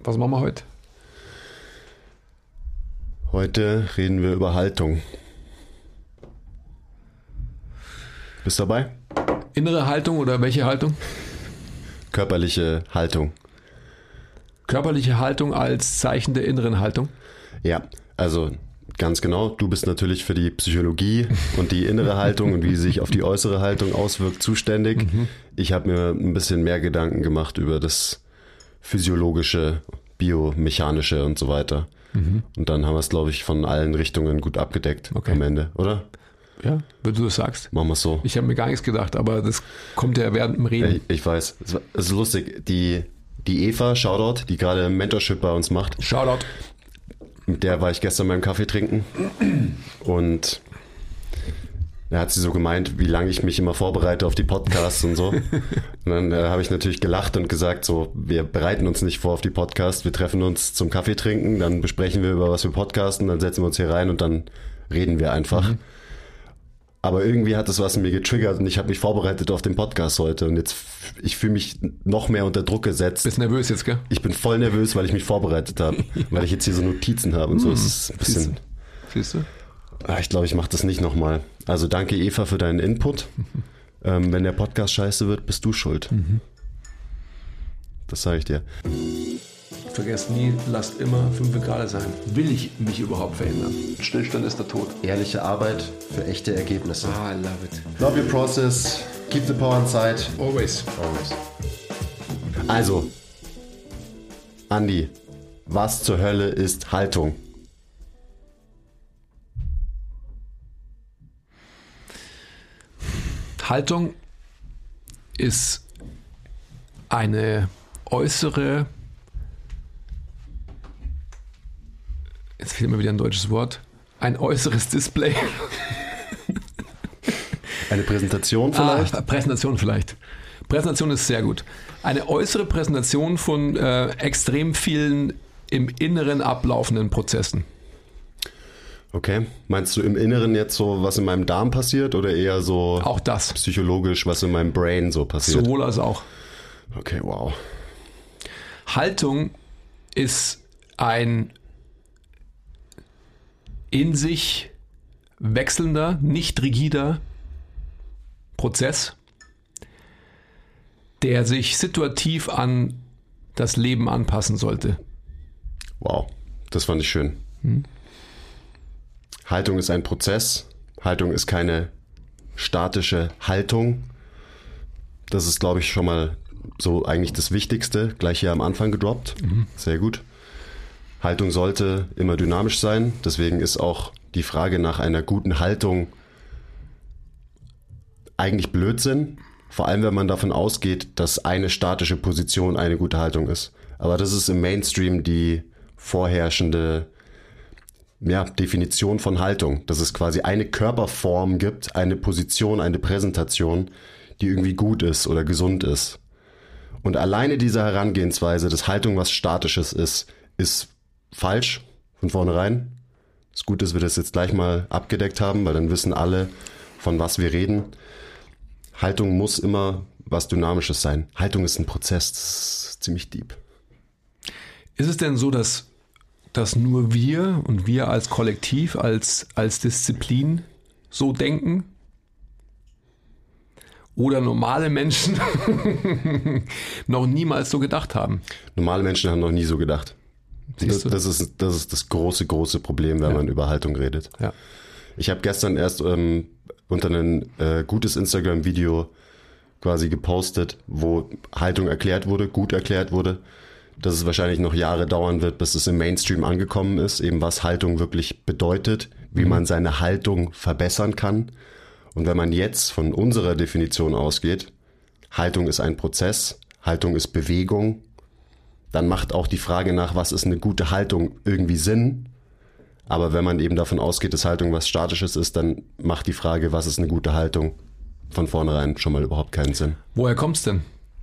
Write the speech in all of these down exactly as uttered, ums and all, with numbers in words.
Was machen wir heute? Heute reden wir über Haltung. Bist du dabei? Innere Haltung oder welche Haltung? Körperliche Haltung. Körperliche Haltung als Zeichen der inneren Haltung? Ja, also ganz genau. Du bist natürlich für die Psychologie und die innere Haltung und wie sie sich auf die äußere Haltung auswirkt zuständig. Mhm. Ich habe mir ein bisschen mehr Gedanken gemacht über das physiologische, biomechanische und so weiter. Mhm. Und dann haben wir es, glaube ich, von allen Richtungen gut abgedeckt okay. am Ende, oder? Ja, wenn du das sagst. Machen wir es so. Ich habe mir gar nichts gedacht, aber das kommt ja während dem Reden. Ich, ich weiß. Es ist lustig. Die, die Eva, Shoutout, die gerade Mentorship bei uns macht. Shoutout. Mit der war ich gestern beim Kaffee trinken. Und da hat sie so gemeint, wie lange ich mich immer vorbereite auf die Podcasts und so. Und dann äh, habe ich natürlich gelacht und gesagt, so, wir bereiten uns nicht vor auf die Podcasts. Wir treffen uns zum Kaffee trinken, dann besprechen wir über was wir podcasten, dann setzen wir uns hier rein und dann reden wir einfach. Mhm. Aber irgendwie hat das was in mir getriggert und ich habe mich vorbereitet auf den Podcast heute und jetzt, ich fühle mich noch mehr unter Druck gesetzt. Bist nervös jetzt, gell? Ich bin voll nervös, weil ich mich vorbereitet habe, weil ich jetzt hier so Notizen habe und so. Es ist ein bisschen. Siehst du? Ich glaube, ich mache das nicht nochmal. Also danke Eva für deinen Input. ähm, wenn der Podcast scheiße wird, bist du schuld. Mhm. Das sage ich dir. Vergesst nie, lasst immer fünf Grad sein. Will ich mich überhaupt verändern? Stillstand ist der Tod. Ehrliche Arbeit für echte Ergebnisse. Ah, I love it. Love your process. Keep the power inside. Always. Always. Also, Andi, was zur Hölle ist Haltung? Haltung ist eine äußere, jetzt fehlt mir wieder ein deutsches Wort, ein äußeres Display. Eine Präsentation vielleicht? Ah, Präsentation vielleicht. Präsentation ist sehr gut. Eine äußere Präsentation von äh, extrem vielen im Inneren ablaufenden Prozessen. Okay. Meinst du im Inneren jetzt so, was in meinem Darm passiert oder eher so auch das psychologisch, was in meinem Brain so passiert? Sowohl als auch. Okay, wow. Haltung ist ein in sich wechselnder, nicht rigider Prozess, der sich situativ an das Leben anpassen sollte. Wow, das fand ich schön. Hm. Haltung ist ein Prozess. Haltung ist keine statische Haltung. Das ist, glaube ich, schon mal so eigentlich das Wichtigste, gleich hier am Anfang gedroppt. Mhm. Sehr gut. Haltung sollte immer dynamisch sein. Deswegen ist auch die Frage nach einer guten Haltung eigentlich Blödsinn. Vor allem, wenn man davon ausgeht, dass eine statische Position eine gute Haltung ist. Aber das ist im Mainstream die vorherrschende ja, Definition von Haltung, dass es quasi eine Körperform gibt, eine Position, eine Präsentation, die irgendwie gut ist oder gesund ist. Und alleine diese Herangehensweise, dass Haltung was Statisches ist, ist falsch von vornherein. Das Gute ist, dass wir das jetzt gleich mal abgedeckt haben, weil dann wissen alle, von was wir reden. Haltung muss immer was Dynamisches sein. Haltung ist ein Prozess, das ist ziemlich deep. Ist es denn so, dass dass nur wir und wir als Kollektiv, als, als Disziplin so denken? Oder normale Menschen noch niemals so gedacht haben? Normale Menschen haben noch nie so gedacht. Das, das, ist, das ist das große, große Problem, wenn ja. man über Haltung redet. Ja. Ich habe gestern erst ähm, unter ein äh, gutes Instagram-Video quasi gepostet, wo Haltung erklärt wurde, gut erklärt wurde, dass es wahrscheinlich noch Jahre dauern wird, bis es im Mainstream angekommen ist, eben was Haltung wirklich bedeutet, wie mhm. man seine Haltung verbessern kann. Und wenn man jetzt von unserer Definition ausgeht, Haltung ist ein Prozess, Haltung ist Bewegung, dann macht auch die Frage nach, was ist eine gute Haltung, irgendwie Sinn. Aber wenn man eben davon ausgeht, dass Haltung was Statisches ist, dann macht die Frage, was ist eine gute Haltung, von vornherein schon mal überhaupt keinen Sinn. Woher kommt's denn?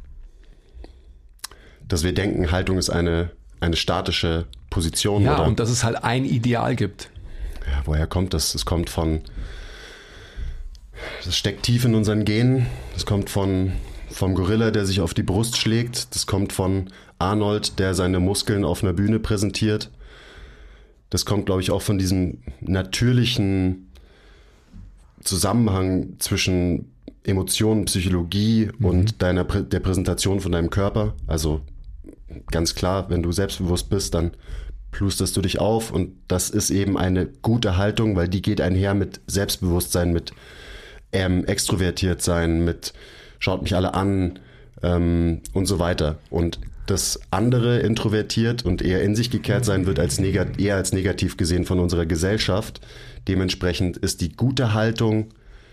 Dass wir denken, Haltung ist eine, eine statische Position. Ja, oder? Und dass es halt ein Ideal gibt. Ja, woher kommt das? Es kommt von, das steckt tief in unseren Genen, es kommt von vom Gorilla, der sich auf die Brust schlägt. Das kommt von Arnold, der seine Muskeln auf einer Bühne präsentiert. Das kommt, glaube ich, auch von diesem natürlichen Zusammenhang zwischen Emotionen, Psychologie mhm. und deiner der Präsentation von deinem Körper. Also ganz klar, wenn du selbstbewusst bist, dann plusterst du dich auf und das ist eben eine gute Haltung, weil die geht einher mit Selbstbewusstsein, mit ähm, extrovertiert sein, mit schaut mich alle an ähm, und so weiter. Und das andere, introvertiert und eher in sich gekehrt sein, wird als negat- eher als negativ gesehen von unserer Gesellschaft. Dementsprechend ist die gute Haltung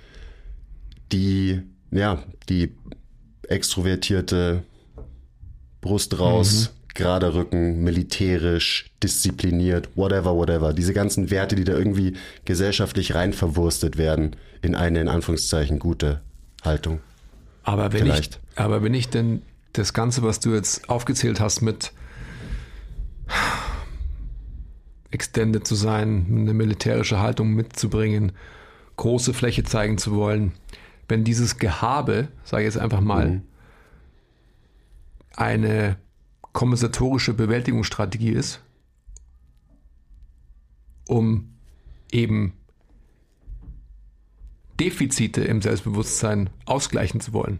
die, ja, die extrovertierte Brust raus, mhm. gerader Rücken, militärisch, diszipliniert, whatever, whatever. Diese ganzen Werte, die da irgendwie gesellschaftlich rein verwurstet werden in eine, in Anführungszeichen, gute Haltung. Aber wenn Vielleicht. ich, aber wenn ich denn das Ganze, was du jetzt aufgezählt hast, mit extended zu sein, eine militärische Haltung mitzubringen, große Fläche zeigen zu wollen, wenn dieses Gehabe, sage ich jetzt einfach mal, mhm. eine kompensatorische Bewältigungsstrategie ist, um eben Defizite im Selbstbewusstsein ausgleichen zu wollen.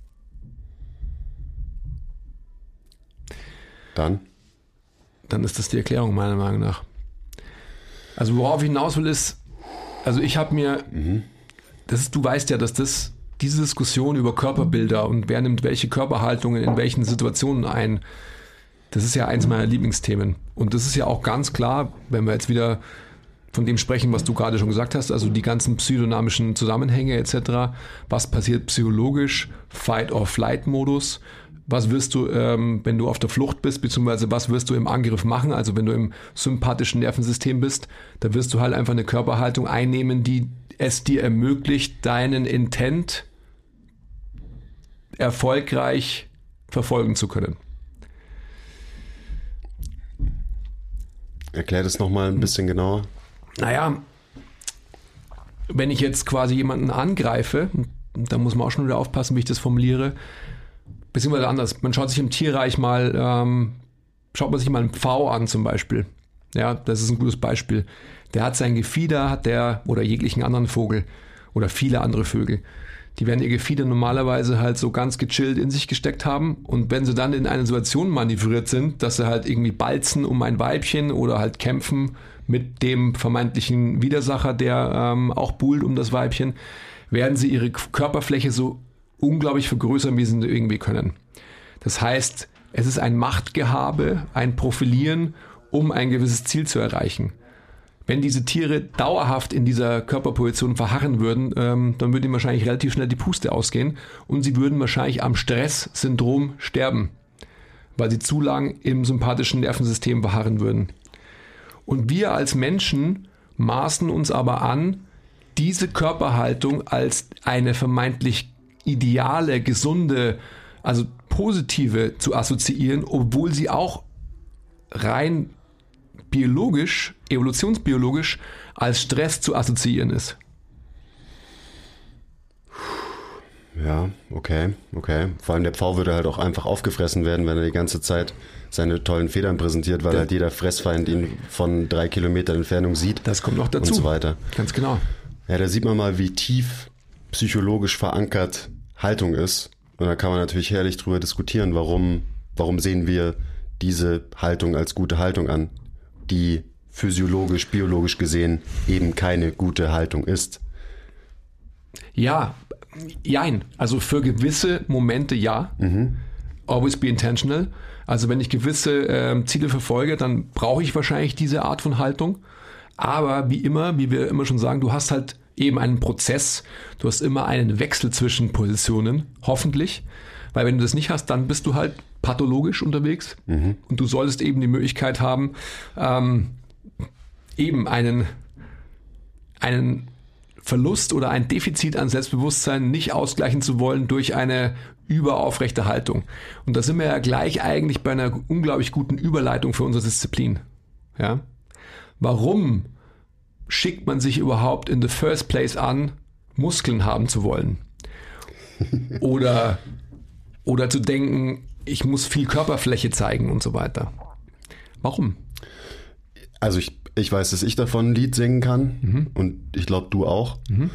Dann? Dann ist das die Erklärung meiner Meinung nach. Also worauf ich hinaus will ist, also ich habe mir, mhm. das ist, du weißt ja, dass das diese Diskussion über Körperbilder und wer nimmt welche Körperhaltungen in welchen Situationen ein, das ist ja eins meiner Lieblingsthemen. Und das ist ja auch ganz klar, wenn wir jetzt wieder von dem sprechen, was du gerade schon gesagt hast, also die ganzen psychodynamischen Zusammenhänge et cetera. Was passiert psychologisch? Fight-or-Flight-Modus. Was wirst du, ähm, wenn du auf der Flucht bist, beziehungsweise was wirst du im Angriff machen? Also wenn du im sympathischen Nervensystem bist, da wirst du halt einfach eine Körperhaltung einnehmen, die es dir ermöglicht, deinen Intent erfolgreich verfolgen zu können. Erklär das nochmal ein bisschen genauer. Naja, wenn ich jetzt quasi jemanden angreife, da muss man auch schon wieder aufpassen, wie ich das formuliere, beziehungsweise anders, man schaut sich im Tierreich mal, ähm, schaut man sich mal einen Pfau an zum Beispiel. Ja, das ist ein gutes Beispiel. Der hat sein Gefieder, hat der, oder jeglichen anderen Vogel, oder viele andere Vögel, die werden ihr Gefieder normalerweise halt so ganz gechillt in sich gesteckt haben und wenn sie dann in eine Situation manövriert sind, dass sie halt irgendwie balzen um ein Weibchen oder halt kämpfen mit dem vermeintlichen Widersacher, der ähm, auch buhlt um das Weibchen, werden sie ihre Körperfläche so unglaublich vergrößern, wie sie irgendwie können. Das heißt, es ist ein Machtgehabe, ein Profilieren, um ein gewisses Ziel zu erreichen. Wenn diese Tiere dauerhaft in dieser Körperposition verharren würden, ähm, dann würde ihnen wahrscheinlich relativ schnell die Puste ausgehen und sie würden wahrscheinlich am Stresssyndrom sterben, weil sie zu lang im sympathischen Nervensystem verharren würden. Und wir als Menschen maßen uns aber an, diese Körperhaltung als eine vermeintlich ideale, gesunde, also positive zu assoziieren, obwohl sie auch rein biologisch, evolutionsbiologisch als Stress zu assoziieren ist. Ja, okay, okay. Vor allem der Pfau würde halt auch einfach aufgefressen werden, wenn er die ganze Zeit seine tollen Federn präsentiert, weil ja. halt jeder Fressfeind ihn von drei Kilometern Entfernung sieht. Das kommt noch dazu. Und so weiter. Ganz genau. Ja, da sieht man mal, wie tief psychologisch verankert Haltung ist. Und da kann man natürlich herrlich drüber diskutieren, warum, warum sehen wir diese Haltung als gute Haltung an, die physiologisch, biologisch gesehen eben keine gute Haltung ist. Ja, jein. Also für gewisse Momente ja. Mhm. Always be intentional. Also wenn ich gewisse ähm, Ziele verfolge, dann brauche ich wahrscheinlich diese Art von Haltung. Aber wie immer, wie wir immer schon sagen, du hast halt eben einen Prozess. Du hast immer einen Wechsel zwischen Positionen, hoffentlich. Weil wenn du das nicht hast, dann bist du halt pathologisch unterwegs. Mhm. Und du solltest eben die Möglichkeit haben, ähm, eben einen, einen Verlust oder ein Defizit an Selbstbewusstsein nicht ausgleichen zu wollen durch eine überaufrechte Haltung. Und da sind wir ja gleich eigentlich bei einer unglaublich guten Überleitung für unsere Disziplin. Ja? Warum schickt man sich überhaupt in the first place an, Muskeln haben zu wollen? Oder Oder zu denken, ich muss viel Körperfläche zeigen und so weiter. Warum? Also ich, ich weiß, dass ich davon ein Lied singen kann mhm. und ich glaube, du auch. Mhm.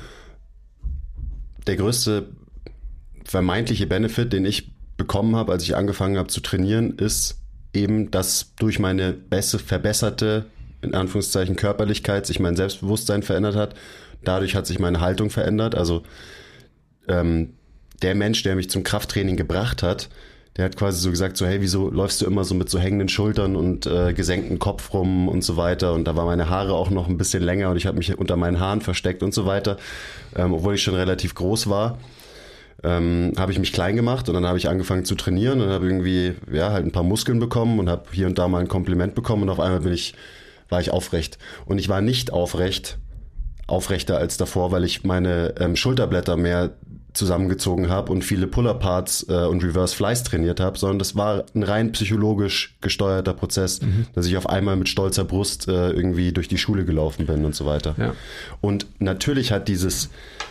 Der größte vermeintliche Benefit, den ich bekommen habe, als ich angefangen habe zu trainieren, ist eben, dass durch meine beste, verbesserte, in Anführungszeichen, Körperlichkeit sich mein Selbstbewusstsein verändert hat. Dadurch hat sich meine Haltung verändert. Also ähm, der Mensch, der mich zum Krafttraining gebracht hat, der hat quasi so gesagt, so hey, wieso läufst du immer so mit so hängenden Schultern und äh, gesenkten Kopf rum und so weiter. Und da waren meine Haare auch noch ein bisschen länger und ich habe mich unter meinen Haaren versteckt und so weiter, ähm, obwohl ich schon relativ groß war. Ähm, habe ich mich klein gemacht und dann habe ich angefangen zu trainieren und habe irgendwie ja halt ein paar Muskeln bekommen und habe hier und da mal ein Kompliment bekommen und auf einmal bin ich, war ich aufrecht. Und ich war nicht aufrecht, aufrechter als davor, weil ich meine ähm, Schulterblätter mehr zusammengezogen habe und viele Pull-Up-Parts äh, und Reverse Flies trainiert habe, sondern das war ein rein psychologisch gesteuerter Prozess, mhm. dass ich auf einmal mit stolzer Brust äh, irgendwie durch die Schule gelaufen bin und so weiter. Ja. Und natürlich hat dieses,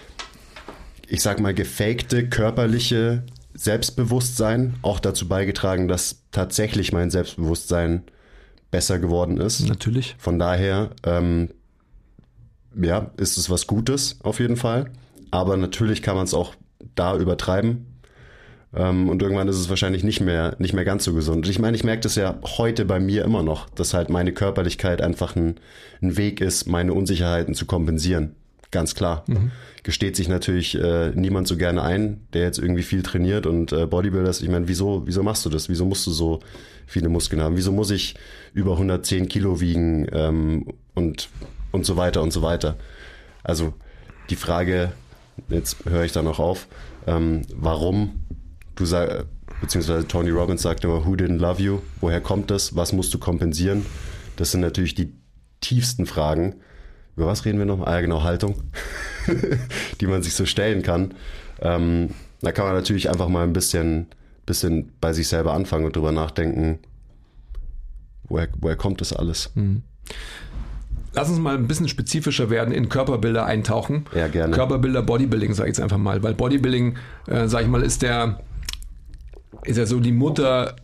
ich sag mal, gefakte körperliche Selbstbewusstsein auch dazu beigetragen, dass tatsächlich mein Selbstbewusstsein besser geworden ist. Natürlich. Von daher, ähm, ja, ist es was Gutes auf jeden Fall. Aber natürlich kann man es auch da übertreiben. Ähm, und irgendwann ist es wahrscheinlich nicht mehr, nicht mehr ganz so gesund. Und ich meine, ich merke das ja heute bei mir immer noch, dass halt meine Körperlichkeit einfach ein, ein Weg ist, meine Unsicherheiten zu kompensieren. Ganz klar. Mhm. Gesteht sich natürlich äh, niemand so gerne ein, der jetzt irgendwie viel trainiert und äh, Bodybuilder ist. Ich meine, wieso, wieso machst du das? Wieso musst du so viele Muskeln haben? Wieso muss ich über hundertzehn Kilo wiegen ähm, und, und so weiter und so weiter? Also die Frage, jetzt höre ich da noch auf, ähm, warum du sagst, beziehungsweise Tony Robbins sagt immer, who didn't love you? Woher kommt das? Was musst du kompensieren? Das sind natürlich die tiefsten Fragen. Über was reden wir noch? Ah ja, genau, Haltung, die man sich so stellen kann. Ähm, da kann man natürlich einfach mal ein bisschen, bisschen bei sich selber anfangen und drüber nachdenken, woher, woher kommt das alles? Mhm. Lass uns mal ein bisschen spezifischer werden, in Körperbilder eintauchen. Ja, gerne. Körperbilder, Bodybuilding, sage ich jetzt einfach mal. Weil Bodybuilding, äh, sage ich mal, ist der, ist ja so die Mutter,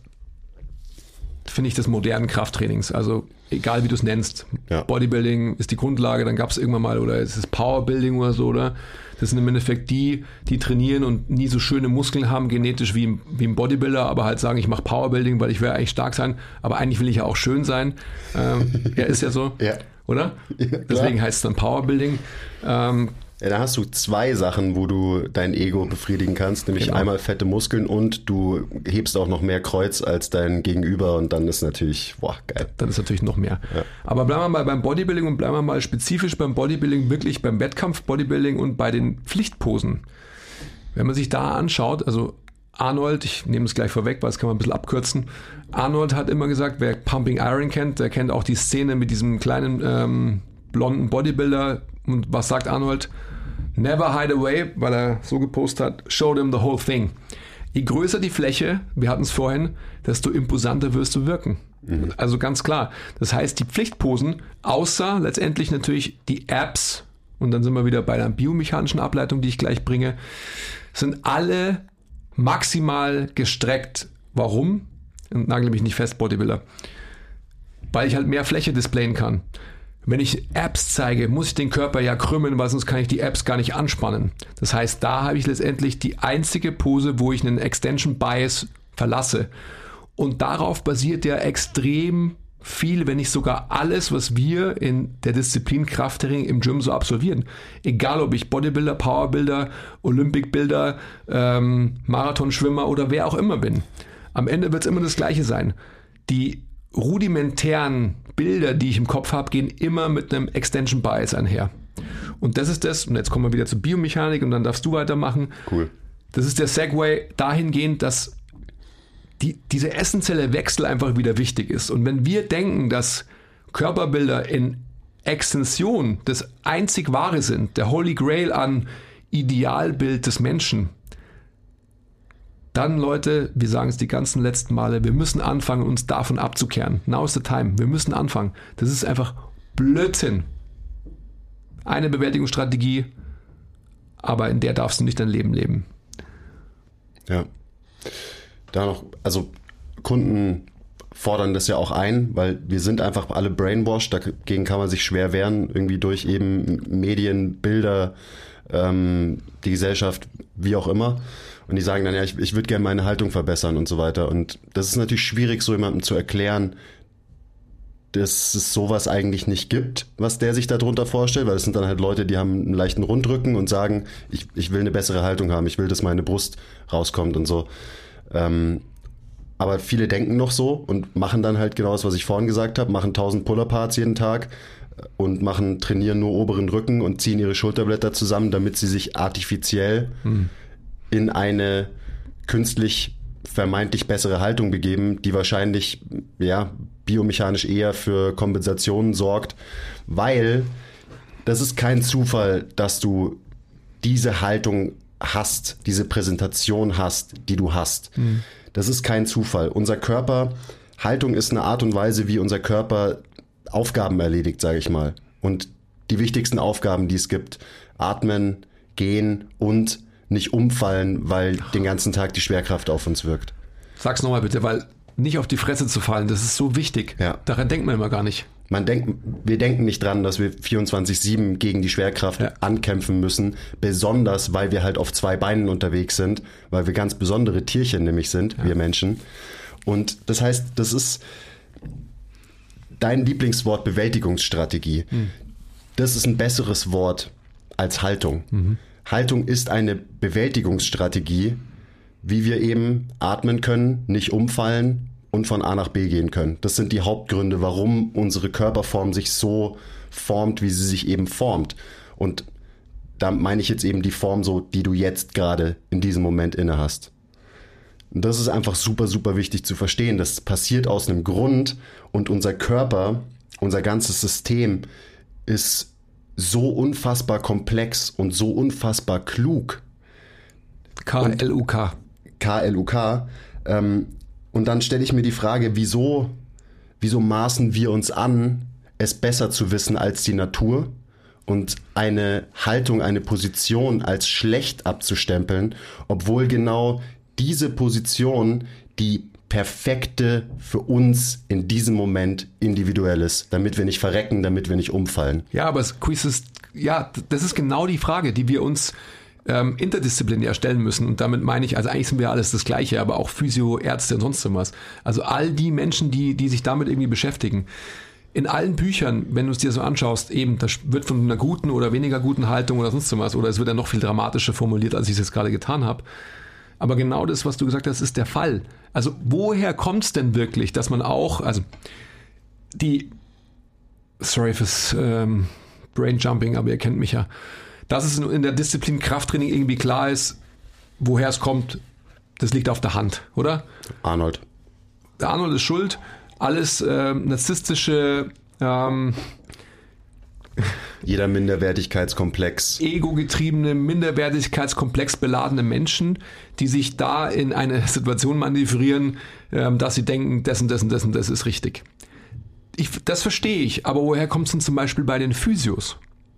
finde ich, des modernen Krafttrainings. Also egal, wie du es nennst. Ja. Bodybuilding ist die Grundlage, dann gab es irgendwann mal, oder es ist Powerbuilding oder so, oder? Das sind im Endeffekt die, die trainieren und nie so schöne Muskeln haben, genetisch wie im, wie im Bodybuilder, aber halt sagen, ich mache Powerbuilding, weil ich will eigentlich stark sein, aber eigentlich will ich ja auch schön sein. Ähm, ja, ist ja so. Ja. Oder? Ja, deswegen heißt es dann Powerbuilding. Ähm, ja, da hast du zwei Sachen, wo du dein Ego befriedigen kannst, nämlich genau. einmal fette Muskeln und du hebst auch noch mehr Kreuz als dein Gegenüber und dann ist natürlich, boah, geil. Dann ist natürlich noch mehr. Ja. Aber bleiben wir mal beim Bodybuilding und bleiben wir mal spezifisch beim Bodybuilding, wirklich beim Wettkampf-Bodybuilding und bei den Pflichtposen. Wenn man sich da anschaut, also Arnold, ich nehme es gleich vorweg, weil das kann man ein bisschen abkürzen. Arnold hat immer gesagt, wer Pumping Iron kennt, der kennt auch die Szene mit diesem kleinen ähm, blonden Bodybuilder. Und was sagt Arnold? Never hide away, weil er so gepostet hat, show them the whole thing. Je größer die Fläche, wir hatten es vorhin, desto imposanter wirst du wirken. Mhm. Also ganz klar. Das heißt, die Pflichtposen, außer letztendlich natürlich die Abs, und dann sind wir wieder bei der biomechanischen Ableitung, die ich gleich bringe, sind alle maximal gestreckt. Warum? Und nagel mich nicht fest, Bodybuilder. Weil ich halt mehr Fläche displayen kann. Wenn ich Abs zeige, muss ich den Körper ja krümmen, weil sonst kann ich die Abs gar nicht anspannen. Das heißt, da habe ich letztendlich die einzige Pose, wo ich einen Extension Bias verlasse. Und darauf basiert ja extrem viel, wenn nicht sogar alles, was wir in der Disziplin Krafttraining im Gym so absolvieren. Egal, ob ich Bodybuilder, Powerbuilder, Olympicbuilder, ähm, Marathonschwimmer oder wer auch immer bin. Am Ende wird es immer das Gleiche sein. Die rudimentären Bilder, die ich im Kopf habe, gehen immer mit einem Extension Bias einher. Und das ist das, und jetzt kommen wir wieder zur Biomechanik und dann darfst du weitermachen. Cool. Das ist der Segway dahingehend, dass die, dieser essentielle Wechsel einfach wieder wichtig ist. Und wenn wir denken, dass Körperbilder in Extension das einzig Wahre sind, der Holy Grail an Idealbild des Menschen, dann, Leute, wir sagen es die ganzen letzten Male, wir müssen anfangen, uns davon abzukehren. Now is the time. Wir müssen anfangen. Das ist einfach Blödsinn. Eine Bewältigungsstrategie, aber in der darfst du nicht dein Leben leben. Ja. Da noch, also Kunden fordern das ja auch ein, weil wir sind einfach alle brainwashed, dagegen kann man sich schwer wehren, irgendwie durch eben Medien, Bilder, ähm, die Gesellschaft, wie auch immer. Und die sagen dann, ja, ich, ich würde gerne meine Haltung verbessern und so weiter. Und das ist natürlich schwierig, so jemandem zu erklären, dass es sowas eigentlich nicht gibt, was der sich darunter vorstellt, weil es sind dann halt Leute, die haben einen leichten Rundrücken und sagen, ich, ich will eine bessere Haltung haben, ich will, dass meine Brust rauskommt und so. Ähm, aber viele denken noch so und machen dann halt genau das, was ich vorhin gesagt habe, machen tausend Pull-Up-Parts jeden Tag und machen, trainieren nur oberen Rücken und ziehen ihre Schulterblätter zusammen, damit sie sich artifiziell hm. in eine künstlich vermeintlich bessere Haltung begeben, die wahrscheinlich, ja, biomechanisch eher für Kompensationen sorgt, weil das ist kein Zufall, dass du diese Haltung hast, diese Präsentation hast, die du hast. Mhm. Das ist kein Zufall. Unser Körper, Haltung ist eine Art und Weise, wie unser Körper Aufgaben erledigt, sage ich mal. Und die wichtigsten Aufgaben, die es gibt, atmen, gehen und nicht umfallen, weil den ganzen Tag die Schwerkraft auf uns wirkt. Sag's nochmal bitte, weil nicht auf die Fresse zu fallen, das ist so wichtig. Ja. Daran denkt man immer gar nicht. Man denkt, wir denken nicht dran, dass wir vierundzwanzig sieben gegen die Schwerkraft ja. ankämpfen müssen, besonders weil wir halt auf zwei Beinen unterwegs sind, weil wir ganz besondere Tierchen nämlich sind, ja. wir Menschen. Und das heißt, das ist dein Lieblingswort Bewältigungsstrategie. Hm. Das ist ein besseres Wort als Haltung. Mhm. Haltung ist eine Bewältigungsstrategie, wie wir eben atmen können, nicht umfallen und von A nach B gehen können. Das sind die Hauptgründe, warum unsere Körperform sich so formt, wie sie sich eben formt. Und da meine ich jetzt eben die Form so, die du jetzt gerade in diesem Moment inne hast. Und das ist einfach super, super wichtig zu verstehen. Das passiert aus einem Grund und unser Körper, unser ganzes System ist so unfassbar komplex und so unfassbar klug. K L U K. K L U K. Ähm, und dann stelle ich mir die Frage, wieso, wieso maßen wir uns an, es besser zu wissen als die Natur und eine Haltung, eine Position als schlecht abzustempeln, obwohl genau diese Position die perfekte für uns in diesem Moment individuell ist, damit wir nicht verrecken, damit wir nicht umfallen. Ja, aber es ist, ja, das ist genau die Frage, die wir uns ähm, interdisziplinär stellen müssen. Und damit meine ich, also eigentlich sind wir alles das Gleiche, aber auch Physio, Ärzte und sonst was. Also all die Menschen, die, die sich damit irgendwie beschäftigen. In allen Büchern, wenn du es dir so anschaust, eben, das wird von einer guten oder weniger guten Haltung oder sonst was, oder es wird ja noch viel dramatischer formuliert, als ich es jetzt gerade getan habe. Aber genau das, was du gesagt hast, ist der Fall. Also woher kommt es denn wirklich, dass man auch, also die, sorry fürs ähm, Brainjumping, aber ihr kennt mich ja, dass es in der Disziplin Krafttraining irgendwie klar ist, woher es kommt, das liegt auf der Hand, oder? Arnold. Der Arnold ist schuld, alles äh, narzisstische, ähm, jeder Minderwertigkeitskomplex. Ego-getriebene, Minderwertigkeitskomplex beladene Menschen, die sich da in eine Situation manövrieren, ähm, dass sie denken, das und das und das und das ist richtig. Ich, das verstehe ich, aber woher kommt es denn zum Beispiel bei den Physios?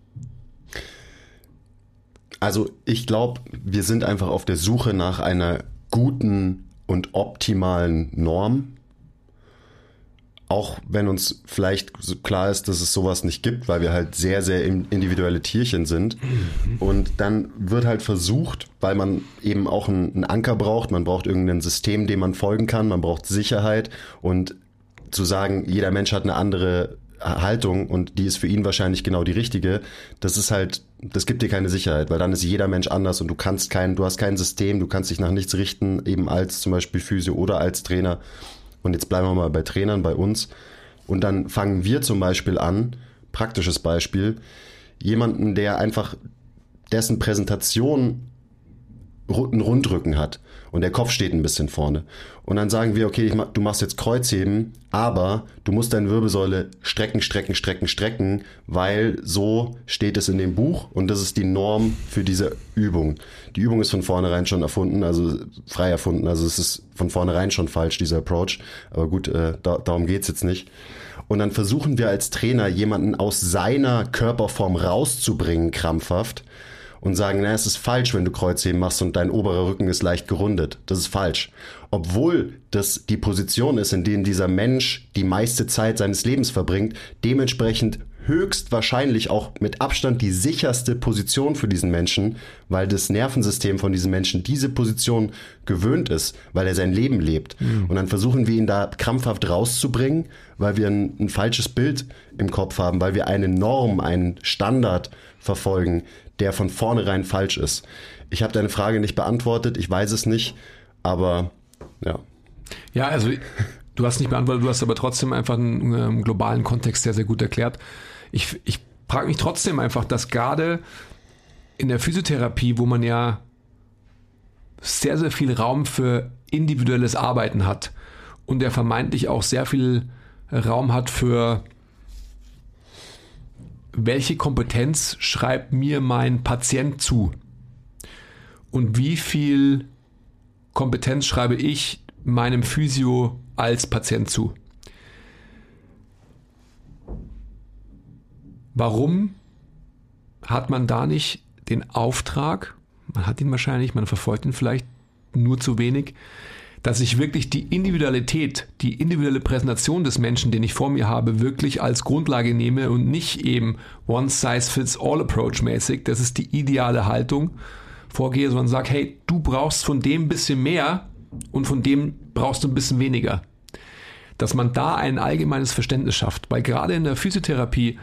Also ich glaube, wir sind einfach auf der Suche nach einer guten und optimalen Norm. Auch wenn uns vielleicht klar ist, dass es sowas nicht gibt, weil wir halt sehr, sehr individuelle Tierchen sind. Und dann wird halt versucht, weil man eben auch einen Anker braucht, man braucht irgendein System, dem man folgen kann, man braucht Sicherheit und zu sagen, jeder Mensch hat eine andere Haltung und die ist für ihn wahrscheinlich genau die richtige, das ist halt, das gibt dir keine Sicherheit, weil dann ist jeder Mensch anders und du kannst kein, du hast kein System, du kannst dich nach nichts richten, eben als zum Beispiel Physio oder als Trainer. Und jetzt bleiben wir mal bei Trainern, bei uns. Und dann fangen wir zum Beispiel an, praktisches Beispiel, jemanden, der einfach dessen Präsentation einen Rundrücken hat und der Kopf steht ein bisschen vorne. Und dann sagen wir, okay, ich mach, du machst jetzt Kreuzheben, aber du musst deine Wirbelsäule strecken, strecken, strecken, strecken, weil so steht es in dem Buch und das ist die Norm für diese Übung. Die Übung ist von vornherein schon erfunden, also frei erfunden, also es ist von vornherein schon falsch, dieser Approach. Aber gut, äh, da, darum geht's jetzt nicht. Und dann versuchen wir als Trainer, jemanden aus seiner Körperform rauszubringen, krampfhaft. und sagen, na, es ist falsch, wenn du Kreuzheben machst und dein oberer Rücken ist leicht gerundet. Das ist falsch. Obwohl das die Position ist, in der dieser Mensch die meiste Zeit seines Lebens verbringt, dementsprechend höchstwahrscheinlich auch mit Abstand die sicherste Position für diesen Menschen, weil das Nervensystem von diesem Menschen diese Position gewöhnt ist, weil er sein Leben lebt. Mhm. Und dann versuchen wir ihn da krampfhaft rauszubringen, weil wir ein, ein falsches Bild im Kopf haben, weil wir eine Norm, einen Standard verfolgen, der von vornherein falsch ist. Ich habe deine Frage nicht beantwortet, ich weiß es nicht, aber ja. Ja, also du hast nicht beantwortet, du hast aber trotzdem einfach einen, einen globalen Kontext sehr, sehr gut erklärt. Ich, ich frage mich trotzdem einfach, dass gerade in der Physiotherapie, wo man ja sehr, sehr viel Raum für individuelles Arbeiten hat und der vermeintlich auch sehr viel Raum hat für welche Kompetenz schreibt mir mein Patient zu und wie viel Kompetenz schreibe ich meinem Physio als Patient zu. Warum hat man da nicht den Auftrag, man hat ihn wahrscheinlich, man verfolgt ihn vielleicht nur zu wenig, dass ich wirklich die Individualität, die individuelle Präsentation des Menschen, den ich vor mir habe, wirklich als Grundlage nehme und nicht eben One-Size-Fits-All-Approach mäßig, das ist die ideale Haltung, vorgehe, sondern sage, hey, du brauchst von dem ein bisschen mehr und von dem brauchst du ein bisschen weniger. Dass man da ein allgemeines Verständnis schafft, weil gerade in der Physiotherapie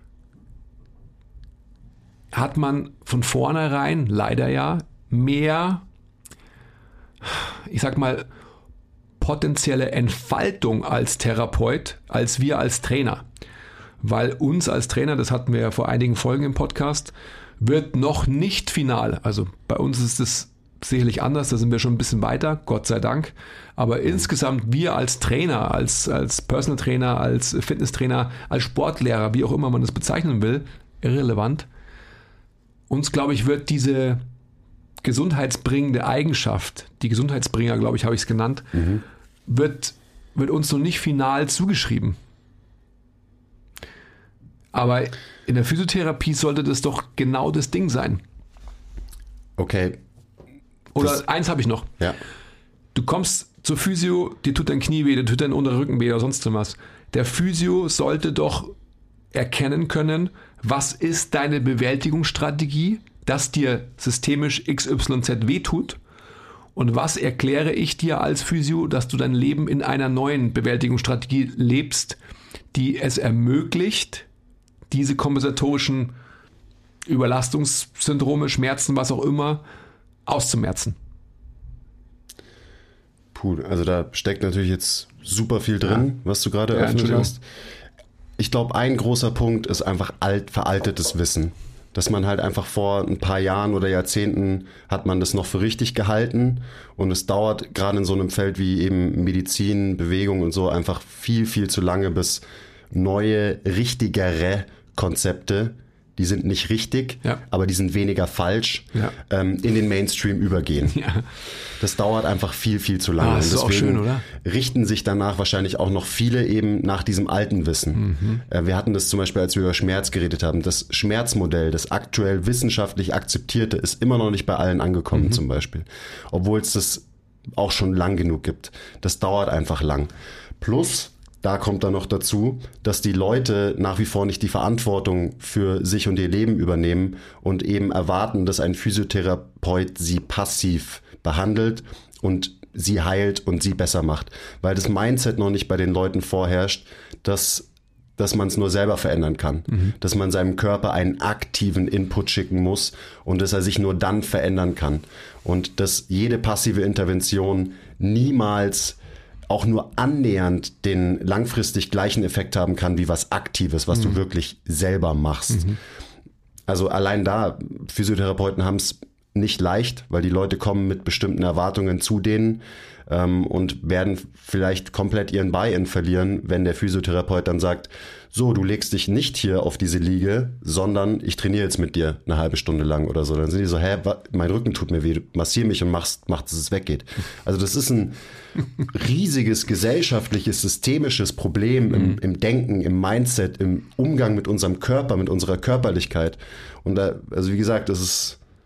hat man von vornherein leider ja mehr, ich sag mal, potenzielle Entfaltung als Therapeut, als wir als Trainer. Weil uns als Trainer, das hatten wir ja vor einigen Folgen im Podcast, wird noch nicht final, also bei uns ist es sicherlich anders, da sind wir schon ein bisschen weiter, Gott sei Dank, aber insgesamt wir als Trainer, als, als Personal Trainer, als Fitnesstrainer, als Sportlehrer, wie auch immer man das bezeichnen will, irrelevant, uns, glaube ich, wird diese gesundheitsbringende Eigenschaft, die Gesundheitsbringer, glaube ich, habe ich es genannt, mhm. wird, wird uns noch nicht final zugeschrieben. Aber in der Physiotherapie sollte das doch genau das Ding sein. Okay. Oder das, eins habe ich noch. Ja. Du kommst zur Physio, dir tut dein Knie weh, dir tut dein unterer Rücken weh oder sonst was. Der Physio sollte doch erkennen können, was ist deine Bewältigungsstrategie, dass dir systemisch X Y Z wehtut und was erkläre ich dir als Physio, dass du dein Leben in einer neuen Bewältigungsstrategie lebst, die es ermöglicht, diese kompensatorischen Überlastungssyndrome, Schmerzen, was auch immer, auszumerzen. Puh, also da steckt natürlich jetzt super viel drin, ja. was du gerade ja, eröffnet hast. Ich glaube, ein großer Punkt ist einfach alt, veraltetes Wissen. Dass man halt einfach vor ein paar Jahren oder Jahrzehnten hat man das noch für richtig gehalten und es dauert gerade in so einem Feld wie eben Medizin, Bewegung und so einfach viel, viel zu lange, bis neue, richtigere Konzepte, die sind nicht richtig, ja. aber die sind weniger falsch, ja. ähm, in den Mainstream übergehen. Ja. Das dauert einfach viel, viel zu lange. Ah, das ist und deswegen auch schön, oder? richten sich danach wahrscheinlich auch noch viele eben nach diesem alten Wissen. Mhm. Äh, wir hatten das zum Beispiel, als wir über Schmerz geredet haben. Das Schmerzmodell, das aktuell wissenschaftlich akzeptierte, ist immer noch nicht bei allen angekommen, mhm. zum Beispiel. Obwohl es das auch schon lang genug gibt. Das dauert einfach lang. Plus, da kommt dann noch dazu, dass die Leute nach wie vor nicht die Verantwortung für sich und ihr Leben übernehmen und eben erwarten, dass ein Physiotherapeut sie passiv behandelt und sie heilt und sie besser macht. Weil das Mindset noch nicht bei den Leuten vorherrscht, dass, dass man es nur selber verändern kann. Mhm. Dass man seinem Körper einen aktiven Input schicken muss und dass er sich nur dann verändern kann. Und dass jede passive Intervention niemals auch nur annähernd den langfristig gleichen Effekt haben kann, wie was Aktives, was mhm. du wirklich selber machst. Mhm. Also allein da, Physiotherapeuten haben es nicht leicht, weil die Leute kommen mit bestimmten Erwartungen zu denen ähm, und werden vielleicht komplett ihren Buy-in verlieren, wenn der Physiotherapeut dann sagt, so, du legst dich nicht hier auf diese Liege, sondern ich trainiere jetzt mit dir eine halbe Stunde lang oder so. Dann sind die so, hä, mein Rücken tut mir weh, massier mich und machst, mach, dass es weggeht. Also das ist ein riesiges gesellschaftliches, systemisches Problem mhm. im, im Denken, im Mindset, im Umgang mit unserem Körper, mit unserer Körperlichkeit. Und da, also wie gesagt, das ist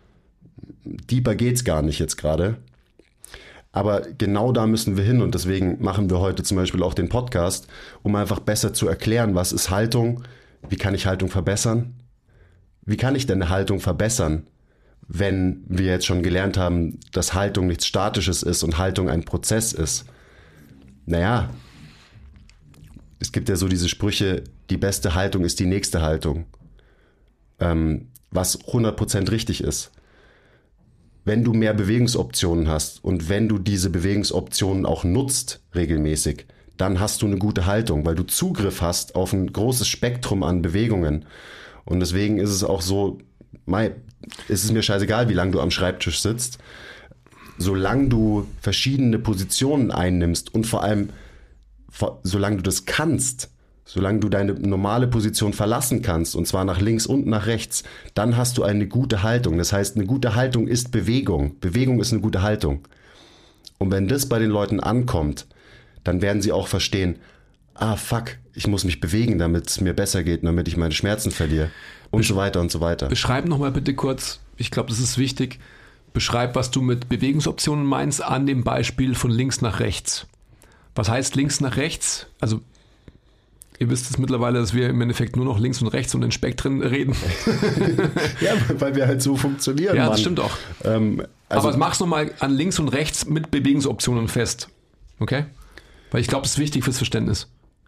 deeper geht's gar nicht jetzt gerade. Aber genau da müssen wir hin und deswegen machen wir heute zum Beispiel auch den Podcast, um einfach besser zu erklären, was ist Haltung, wie kann ich Haltung verbessern, wie kann ich denn eine Haltung verbessern, wenn wir jetzt schon gelernt haben, dass Haltung nichts Statisches ist und Haltung ein Prozess ist. Naja, es gibt ja so diese Sprüche, die beste Haltung ist die nächste Haltung, ähm, was hundert Prozent richtig ist. Wenn du mehr Bewegungsoptionen hast und wenn du diese Bewegungsoptionen auch nutzt regelmäßig, dann hast du eine gute Haltung, weil du Zugriff hast auf ein großes Spektrum an Bewegungen. Und deswegen ist es auch so, mei, es ist mir scheißegal, wie lange du am Schreibtisch sitzt, solange du verschiedene Positionen einnimmst und vor allem, solange du das kannst, solange du deine normale Position verlassen kannst, und zwar nach links und nach rechts, dann hast du eine gute Haltung. Das heißt, eine gute Haltung ist Bewegung. Bewegung ist eine gute Haltung. Und wenn das bei den Leuten ankommt, dann werden sie auch verstehen, ah fuck, ich muss mich bewegen, damit es mir besser geht, damit ich meine Schmerzen verliere und Besch- so weiter und so weiter. Beschreib nochmal bitte kurz, ich glaube, das ist wichtig, beschreib, was du mit Bewegungsoptionen meinst, an dem Beispiel von links nach rechts. Was heißt links nach rechts? Also ihr wisst es mittlerweile, dass wir im Endeffekt nur noch links und rechts und in Spektren reden. Ja, weil wir halt so funktionieren. Ja, Mann. Das stimmt auch. Ähm, also Aber mach's nochmal an links und rechts mit Bewegungsoptionen fest. Okay? Weil ich glaube, das ist wichtig fürs Verständnis.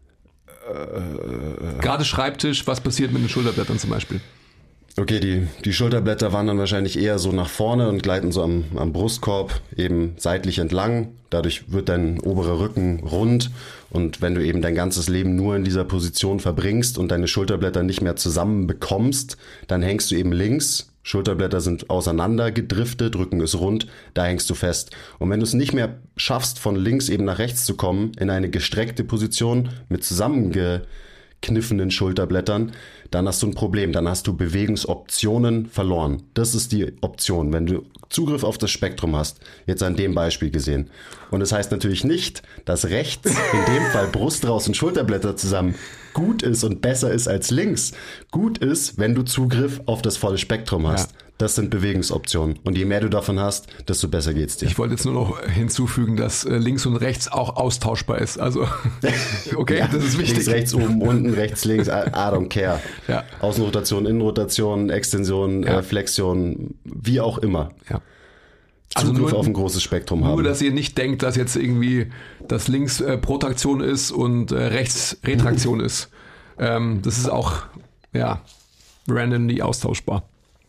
Äh, Gerade Schreibtisch, was passiert mit den Schulterblättern zum Beispiel? Okay, die, die Schulterblätter wandern wahrscheinlich eher so nach vorne und gleiten so am, am Brustkorb eben seitlich entlang. Dadurch wird dein oberer Rücken rund. Und wenn du eben dein ganzes Leben nur in dieser Position verbringst und deine Schulterblätter nicht mehr zusammen bekommst, dann hängst du eben links. Schulterblätter sind auseinander gedriftet, Rücken ist rund, da hängst du fest. Und wenn du es nicht mehr schaffst, von links eben nach rechts zu kommen, in eine gestreckte Position mit zusammengekniffenen Schulterblättern, dann hast du ein Problem, dann hast du Bewegungsoptionen verloren. Das ist die Option, wenn du Zugriff auf das Spektrum hast, jetzt an dem Beispiel gesehen. Und das heißt natürlich nicht, dass rechts, in dem Fall Brust raus und Schulterblätter zusammen, gut ist und besser ist als links. Gut ist, wenn du Zugriff auf das volle Spektrum hast. Ja. Das sind Bewegungsoptionen. Und je mehr du davon hast, desto besser geht's dir. Ich wollte jetzt nur noch hinzufügen, dass links und rechts auch austauschbar ist. Also, okay, ja, das ist wichtig. Links, rechts, oben, unten, rechts, links, I, I don't care. Ja. Außenrotation, Innenrotation, Extension, ja. äh, Flexion, wie auch immer. Ja. Zugriff also nur, auf ein großes Spektrum nur, haben. Nur, dass ihr nicht denkt, dass jetzt irgendwie das links äh, Protraktion ist und äh, rechts Retraktion ist. Ähm, das ist auch, ja, randomly austauschbar.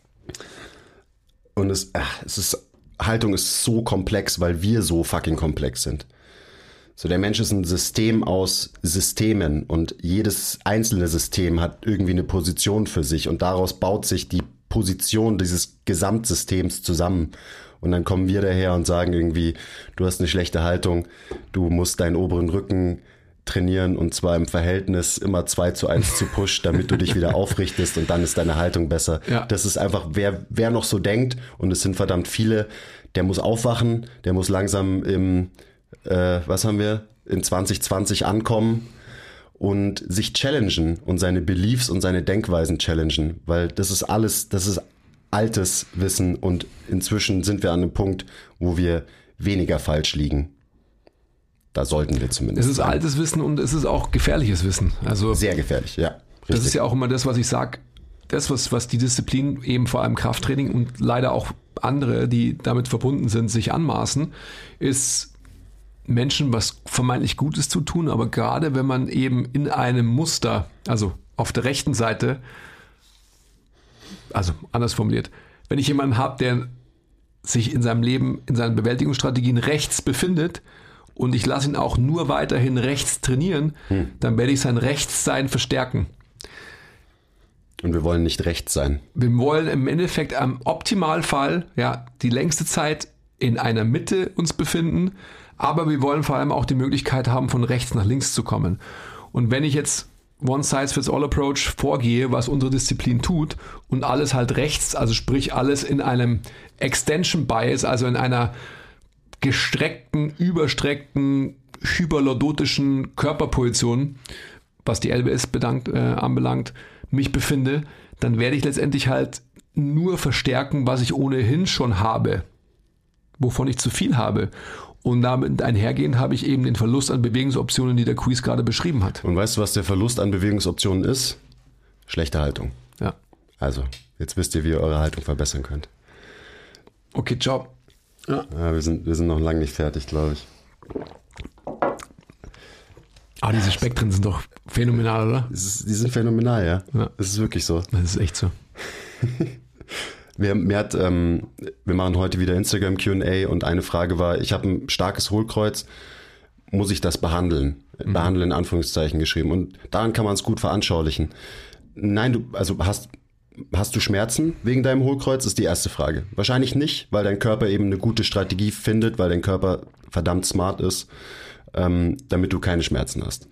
Und es, ach, es ist, Haltung ist so komplex, weil wir so fucking komplex sind. So, der Mensch ist ein System aus Systemen und jedes einzelne System hat irgendwie eine Position für sich und daraus baut sich die Position dieses Gesamtsystems zusammen. Und dann kommen wir daher und sagen irgendwie, du hast eine schlechte Haltung, du musst deinen oberen Rücken trainieren und zwar im Verhältnis immer zwei zu eins zu Push, damit du dich wieder aufrichtest und dann ist deine Haltung besser. Ja. Das ist einfach, wer, wer noch so denkt und es sind verdammt viele, der muss aufwachen, der muss langsam im, äh, was haben wir, in zwanzig zwanzig ankommen und sich challengen und seine Beliefs und seine Denkweisen challengen, weil das ist alles, das ist altes Wissen und inzwischen sind wir an einem Punkt, wo wir weniger falsch liegen. Da sollten wir zumindest. Es ist sein. Altes Wissen und es ist auch gefährliches Wissen. Also sehr gefährlich, ja. Richtig. Das ist ja auch immer das, was ich sage, das, was, was die Disziplin, eben vor allem Krafttraining und leider auch andere, die damit verbunden sind, sich anmaßen, ist Menschen was vermeintlich Gutes zu tun, aber gerade wenn man eben in einem Muster, also auf der rechten Seite, also anders formuliert, wenn ich jemanden habe, der sich in seinem Leben, in seinen Bewältigungsstrategien rechts befindet, und ich lasse ihn auch nur weiterhin rechts trainieren, hm. dann werde ich sein Rechtssein verstärken. Und wir wollen nicht rechts sein. Wir wollen im Endeffekt am Optimalfall ja die längste Zeit in einer Mitte uns befinden, aber wir wollen vor allem auch die Möglichkeit haben, von rechts nach links zu kommen. Und wenn ich jetzt One-Size-Fits-All-Approach vorgehe, was unsere Disziplin tut und alles halt rechts, also sprich alles in einem Extension-Bias, also in einer gestreckten, überstreckten, hyperlordotischen Körperposition, was die L B S bedankt, äh, anbelangt, mich befinde, dann werde ich letztendlich halt nur verstärken, was ich ohnehin schon habe, wovon ich zu viel habe. Und damit einhergehend habe ich eben den Verlust an Bewegungsoptionen, die der Quiz gerade beschrieben hat. Und weißt du, was der Verlust an Bewegungsoptionen ist? Schlechte Haltung. Ja. Also, jetzt wisst ihr, wie ihr eure Haltung verbessern könnt. Okay, ciao. Ja. Ja, wir sind, wir sind noch lange nicht fertig, glaube ich. Ah, diese Spektren sind doch phänomenal, oder? Ist, die sind phänomenal, ja. Ja. Das ist wirklich so. Das ist echt so. Wir, mir hat, ähm, wir machen heute wieder Instagram Q und A und eine Frage war, ich habe ein starkes Hohlkreuz, muss ich das behandeln? Mhm. Behandeln in Anführungszeichen geschrieben. Und daran kann man es gut veranschaulichen. Nein, du, also hast, hast du Schmerzen wegen deinem Hohlkreuz, ist die erste Frage. Wahrscheinlich nicht, weil dein Körper eben eine gute Strategie findet, weil dein Körper verdammt smart ist, ähm, damit du keine Schmerzen hast.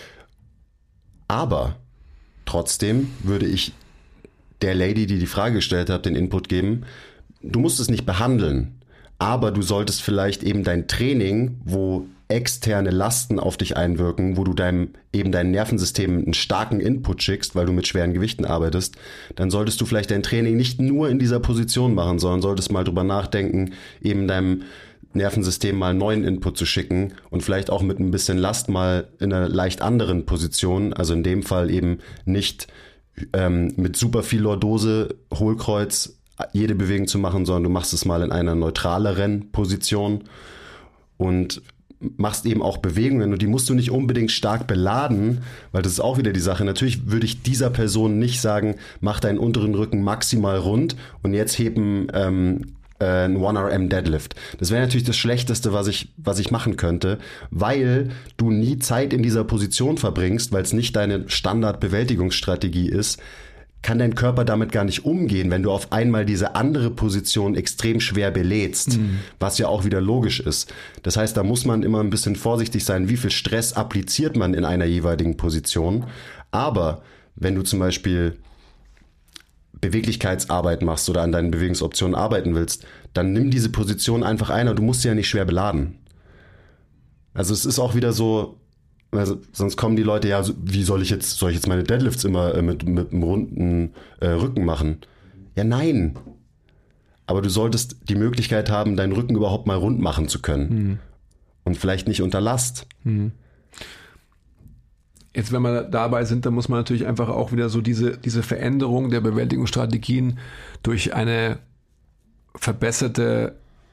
Aber trotzdem würde ich der Lady, die die Frage gestellt hat, den Input geben, du musst es nicht behandeln, aber du solltest vielleicht eben dein Training, wo externe Lasten auf dich einwirken, wo du deinem eben dein Nervensystem einen starken Input schickst, weil du mit schweren Gewichten arbeitest, dann solltest du vielleicht dein Training nicht nur in dieser Position machen, sondern solltest mal drüber nachdenken, eben deinem Nervensystem mal neuen Input zu schicken und vielleicht auch mit ein bisschen Last mal in einer leicht anderen Position, also in dem Fall eben nicht ähm, mit super viel Lordose, Hohlkreuz jede Bewegung zu machen, sondern du machst es mal in einer neutraleren Position und machst eben auch Bewegungen und die musst du nicht unbedingt stark beladen, weil das ist auch wieder die Sache. Natürlich würde ich dieser Person nicht sagen, mach deinen unteren Rücken maximal rund und jetzt heben ähm, ein one R M Deadlift. Das wäre natürlich das Schlechteste, was ich, was ich machen könnte, weil du nie Zeit in dieser Position verbringst, weil es nicht deine Standardbewältigungsstrategie ist, kann dein Körper damit gar nicht umgehen, wenn du auf einmal diese andere Position extrem schwer belädst, mhm. was ja auch wieder logisch ist. Das heißt, da muss man immer ein bisschen vorsichtig sein, wie viel Stress appliziert man in einer jeweiligen Position. Aber wenn du zum Beispiel Beweglichkeitsarbeit machst oder an deinen Bewegungsoptionen arbeiten willst, dann nimm diese Position einfach ein und du musst sie ja nicht schwer beladen. Also es ist auch wieder so, also sonst kommen die Leute, ja, wie soll ich jetzt, soll ich jetzt meine Deadlifts immer äh, mit, mit einem runden äh, Rücken machen? Ja, nein. Aber du solltest die Möglichkeit haben, deinen Rücken überhaupt mal rund machen zu können. Mhm. Und vielleicht nicht unter Last. Mhm. Jetzt, wenn wir dabei sind, dann muss man natürlich einfach auch wieder so diese, diese Veränderung der Bewältigungsstrategien durch eine verbesserte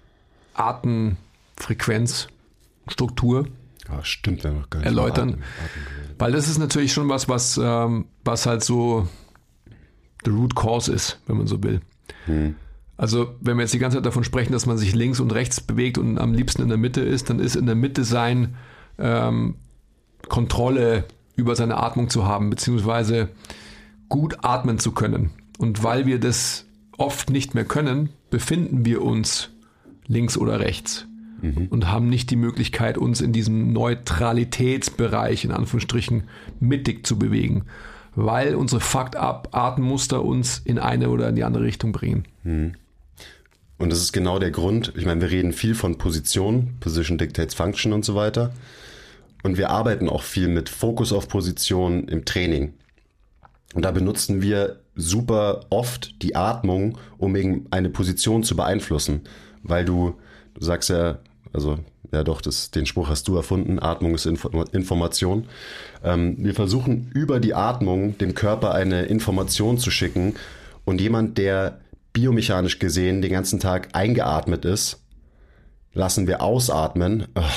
Atemfrequenzstruktur ja, stimmt, ja noch gar nicht erläutern. Atem, Atem Weil das ist natürlich schon was, was, ähm, was halt so the root cause ist, wenn man so will. Hm. Also wenn wir jetzt die ganze Zeit davon sprechen, dass man sich links und rechts bewegt und am liebsten in der Mitte ist, dann ist in der Mitte sein ähm, Kontrolle über seine Atmung zu haben, beziehungsweise gut atmen zu können. Und weil wir das oft nicht mehr können, befinden wir uns links oder rechts mhm. und haben nicht die Möglichkeit, uns in diesem Neutralitätsbereich, in Anführungsstrichen, mittig zu bewegen, weil unsere Fucked-up-Atemmuster uns in eine oder in die andere Richtung bringen. Mhm. Und das ist genau der Grund, ich meine, wir reden viel von Position, Position dictates Function und so weiter. Und wir arbeiten auch viel mit Fokus auf Position im Training. Und da benutzen wir super oft die Atmung, um eben eine Position zu beeinflussen. Weil du, du sagst ja, also ja doch, das, den Spruch hast du erfunden, Atmung ist Info- Information. Ähm, wir versuchen über die Atmung dem Körper eine Information zu schicken. Und jemand, der biomechanisch gesehen den ganzen Tag eingeatmet ist, lassen wir ausatmen. Oh.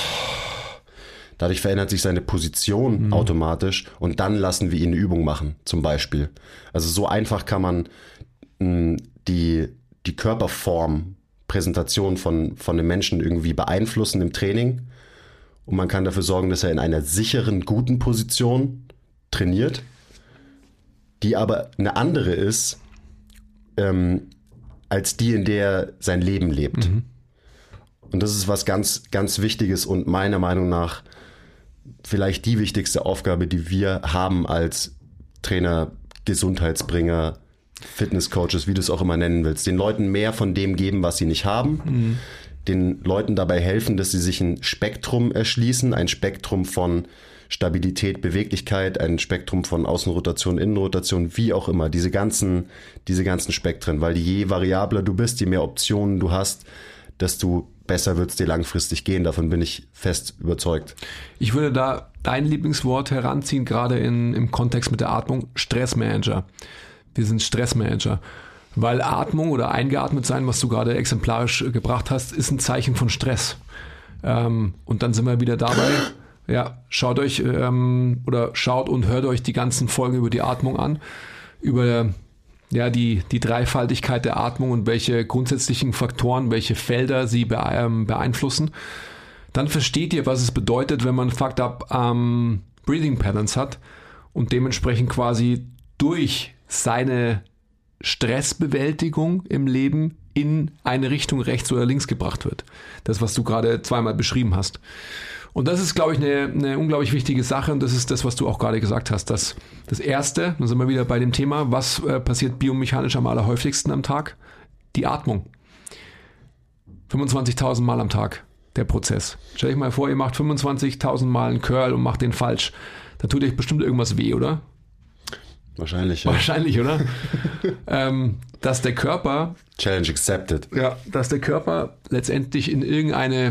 Dadurch verändert sich seine Position mhm. automatisch und dann lassen wir ihn eine Übung machen, zum Beispiel. Also so einfach kann man mh, die, die Körperform, Präsentation von, von einem Menschen irgendwie beeinflussen im Training. Und man kann dafür sorgen, dass er in einer sicheren, guten Position trainiert, die aber eine andere ist, ähm, als die, in der er sein Leben lebt. Mhm. Und das ist was ganz, ganz Wichtiges und meiner Meinung nach vielleicht die wichtigste Aufgabe, die wir haben als Trainer, Gesundheitsbringer, Fitnesscoaches, wie du es auch immer nennen willst. Den Leuten mehr von dem geben, was sie nicht haben. Mhm. den Leuten dabei helfen, dass sie sich ein Spektrum erschließen, ein Spektrum von Stabilität, Beweglichkeit, ein Spektrum von Außenrotation, Innenrotation, wie auch immer, diese ganzen, diese ganzen Spektren, weil je variabler du bist, je mehr Optionen du hast, desto besser wird es dir langfristig gehen. Davon bin ich fest überzeugt. Ich würde da dein Lieblingswort heranziehen, gerade in, im Kontext mit der Atmung, Stressmanager. Wir sind Stressmanager. Weil Atmung oder eingeatmet sein, was du gerade exemplarisch gebracht hast, ist ein Zeichen von Stress. Ähm, und dann sind wir wieder dabei. Ja, schaut euch ähm, oder schaut und hört euch die ganzen Folgen über die Atmung an. Über ja, die, die Dreifaltigkeit der Atmung und welche grundsätzlichen Faktoren, welche Felder sie beeinflussen. Dann versteht ihr, was es bedeutet, wenn man Fucked Up ähm, Breathing Patterns hat und dementsprechend quasi durch seine Stressbewältigung im Leben in eine Richtung rechts oder links gebracht wird. Das, was du gerade zweimal beschrieben hast. Und das ist, glaube ich, eine, eine unglaublich wichtige Sache und das ist das, was du auch gerade gesagt hast. Dass das Erste, dann sind wir wieder bei dem Thema, was äh, passiert biomechanisch am allerhäufigsten am Tag? Die Atmung. fünfundzwanzigtausend Mal am Tag, der Prozess. Stell euch mal vor, ihr macht fünfundzwanzigtausend Mal einen Curl und macht den falsch. Da tut euch bestimmt irgendwas weh, oder? Wahrscheinlich, ja. Wahrscheinlich, oder? ähm, dass der Körper... Challenge accepted. Ja, dass der Körper letztendlich in irgendeine...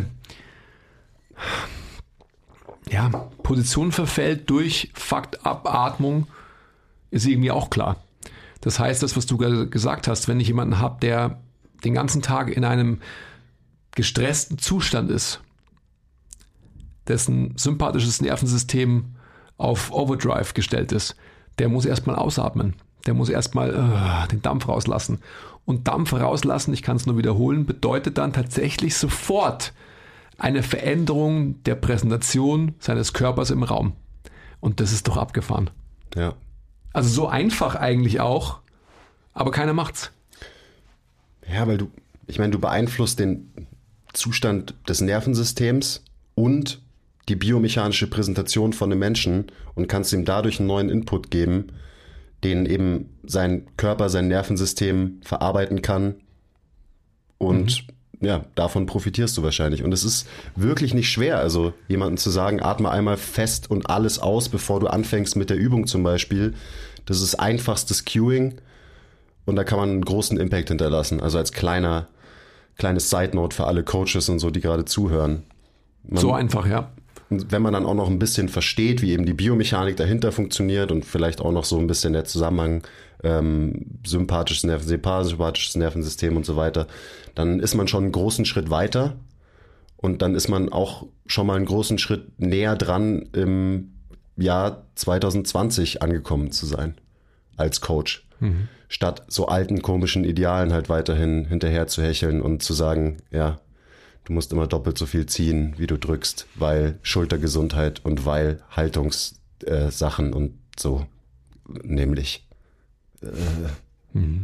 ja, Position verfällt durch Fucked-up-Atmung, ist irgendwie auch klar. Das heißt, das, was du gerade gesagt hast, wenn ich jemanden habe, der den ganzen Tag in einem gestressten Zustand ist, dessen sympathisches Nervensystem auf Overdrive gestellt ist, der muss erstmal ausatmen. Der muss erstmal uh, den Dampf rauslassen. Und Dampf rauslassen, ich kann es nur wiederholen, bedeutet dann tatsächlich sofort eine Veränderung der Präsentation seines Körpers im Raum. Und das ist doch abgefahren. Ja. Also so einfach eigentlich auch, aber keiner macht's. Ja, weil du, ich meine, du beeinflusst den Zustand des Nervensystems und die biomechanische Präsentation von einem Menschen und kannst ihm dadurch einen neuen Input geben, den eben sein Körper, sein Nervensystem verarbeiten kann und mhm. ja, davon profitierst du wahrscheinlich. Und es ist wirklich nicht schwer, also jemandem zu sagen, atme einmal fest und alles aus, bevor du anfängst mit der Übung zum Beispiel. Das ist einfachstes Cueing und da kann man einen großen Impact hinterlassen. Also als kleiner, kleines Side-Note für alle Coaches und so, die gerade zuhören. Man, so einfach, ja. Wenn man dann auch noch ein bisschen versteht, wie eben die Biomechanik dahinter funktioniert und vielleicht auch noch so ein bisschen der Zusammenhang ähm, sympathisches Nervensystem, parasympathisches Nervensystem und so weiter, dann ist man schon einen großen Schritt weiter und dann ist man auch schon mal einen großen Schritt näher dran, im Jahr zwanzig zwanzig angekommen zu sein als Coach. Mhm. Statt so alten, komischen Idealen halt weiterhin hinterher zu hecheln und zu sagen, ja, du musst immer doppelt so viel ziehen, wie du drückst, weil Schultergesundheit und weil Haltungssachen äh, und so, nämlich. Äh, mhm.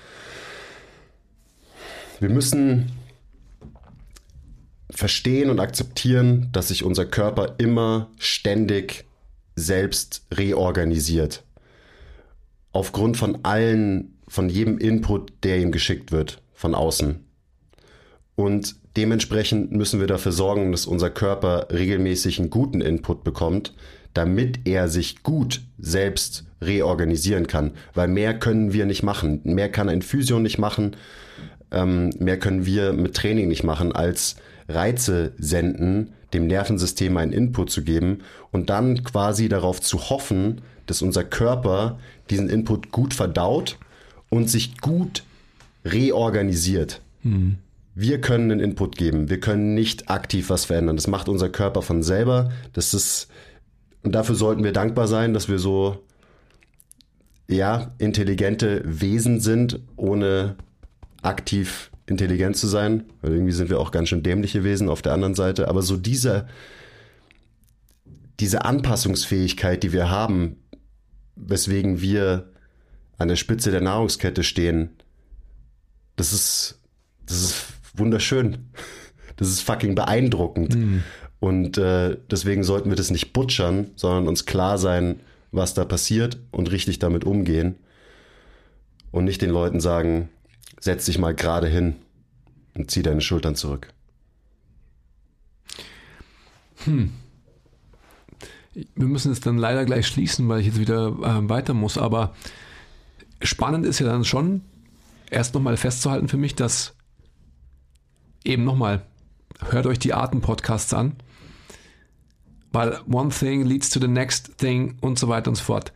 Wir müssen verstehen und akzeptieren, dass sich unser Körper immer ständig selbst reorganisiert. Aufgrund von allen, von jedem Input, der ihm geschickt wird, von außen. Und dementsprechend müssen wir dafür sorgen, dass unser Körper regelmäßig einen guten Input bekommt, damit er sich gut selbst reorganisieren kann. Weil mehr können wir nicht machen. Mehr kann ein Physio nicht machen. Ähm, mehr können wir mit Training nicht machen, als Reize senden, dem Nervensystem einen Input zu geben und dann quasi darauf zu hoffen, dass unser Körper diesen Input gut verdaut und sich gut reorganisiert. Mhm. Wir können einen Input geben, wir können nicht aktiv was verändern. Das macht unser Körper von selber. Das ist, und dafür sollten wir dankbar sein, dass wir so ja, intelligente Wesen sind, ohne aktiv intelligent zu sein. Weil irgendwie sind wir auch ganz schön dämliche Wesen auf der anderen Seite. Aber so diese, diese Anpassungsfähigkeit, die wir haben, weswegen wir an der Spitze der Nahrungskette stehen, das ist, das ist wunderschön. Das ist fucking beeindruckend. Mhm. Und äh, deswegen sollten wir das nicht butchern, sondern uns klar sein, was da passiert und richtig damit umgehen. Und nicht den Leuten sagen, setz dich mal gerade hin und zieh deine Schultern zurück. Hm. Wir müssen es dann leider gleich schließen, weil ich jetzt wieder äh, weiter muss. Aber spannend ist ja dann schon, erst nochmal festzuhalten für mich, dass eben nochmal, hört euch die Atem-Podcasts an, weil one thing leads to the next thing und so weiter und so fort.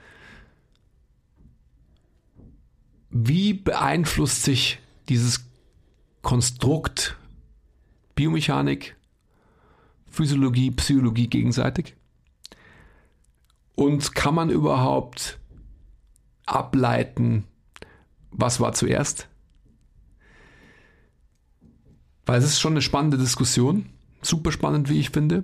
Wie beeinflusst sich dieses Konstrukt Biomechanik, Physiologie, Psychologie gegenseitig? Und kann man überhaupt ableiten, was war zuerst? Weil es ist schon eine spannende Diskussion, super spannend, wie ich finde.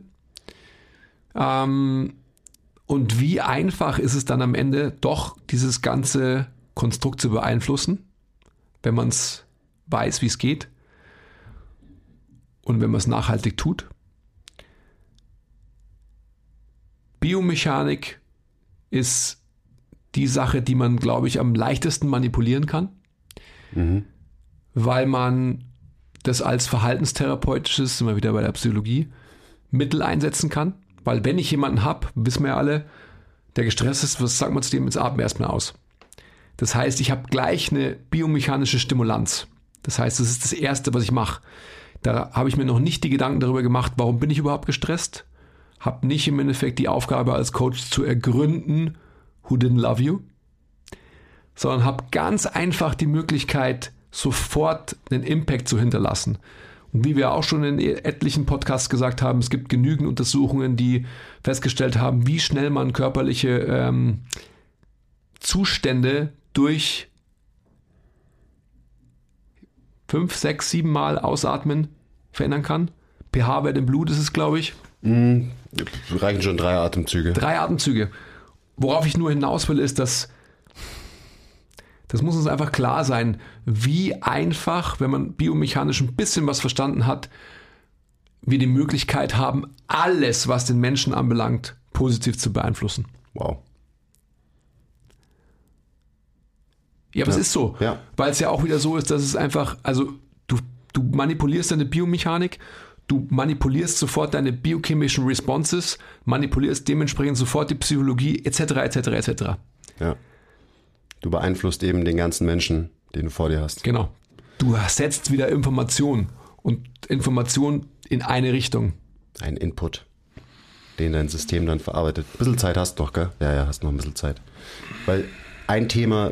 Ähm, und wie einfach ist es dann am Ende doch, dieses ganze Konstrukt zu beeinflussen, wenn man es weiß, wie es geht und wenn man es nachhaltig tut. Biomechanik ist die Sache, die man, glaube ich, am leichtesten manipulieren kann, mhm. weil man das als verhaltenstherapeutisches, sind wir wieder bei der Psychologie, Mittel einsetzen kann. Weil wenn ich jemanden habe, wissen wir ja alle, der gestresst ist, was sagt man zu dem, jetzt atmen erstmal aus. Das heißt, ich habe gleich eine biomechanische Stimulanz. Das heißt, das ist das Erste, was ich mache. Da habe ich mir noch nicht die Gedanken darüber gemacht, warum bin ich überhaupt gestresst? Habe nicht im Endeffekt die Aufgabe als Coach zu ergründen, who didn't love you, sondern habe ganz einfach die Möglichkeit, sofort einen Impact zu hinterlassen. Und wie wir auch schon in etlichen Podcasts gesagt haben, es gibt genügend Untersuchungen, die festgestellt haben, wie schnell man körperliche ähm, Zustände durch fünf, sechs, sieben Mal ausatmen verändern kann. pH-Wert im Blut ist es, glaube ich. Mm, reichen schon drei Atemzüge. Drei Atemzüge. Worauf ich nur hinaus will, ist, dass das muss uns einfach klar sein, wie einfach, wenn man biomechanisch ein bisschen was verstanden hat, wir die Möglichkeit haben, alles, was den Menschen anbelangt, positiv zu beeinflussen. Wow. Ja, aber ja. es ist so, ja. weil es ja auch wieder so ist, dass es einfach, also du, du manipulierst deine Biomechanik, du manipulierst sofort deine biochemischen Responses, manipulierst dementsprechend sofort die Psychologie et cetera et cetera et cetera. Ja. Du beeinflusst eben den ganzen Menschen, den du vor dir hast. Genau. Du setzt wieder Information und Information in eine Richtung. Ein Input, den dein System dann verarbeitet. Ein bisschen Zeit hast du noch, gell? Ja, ja, hast noch ein bisschen Zeit. Weil ein Thema,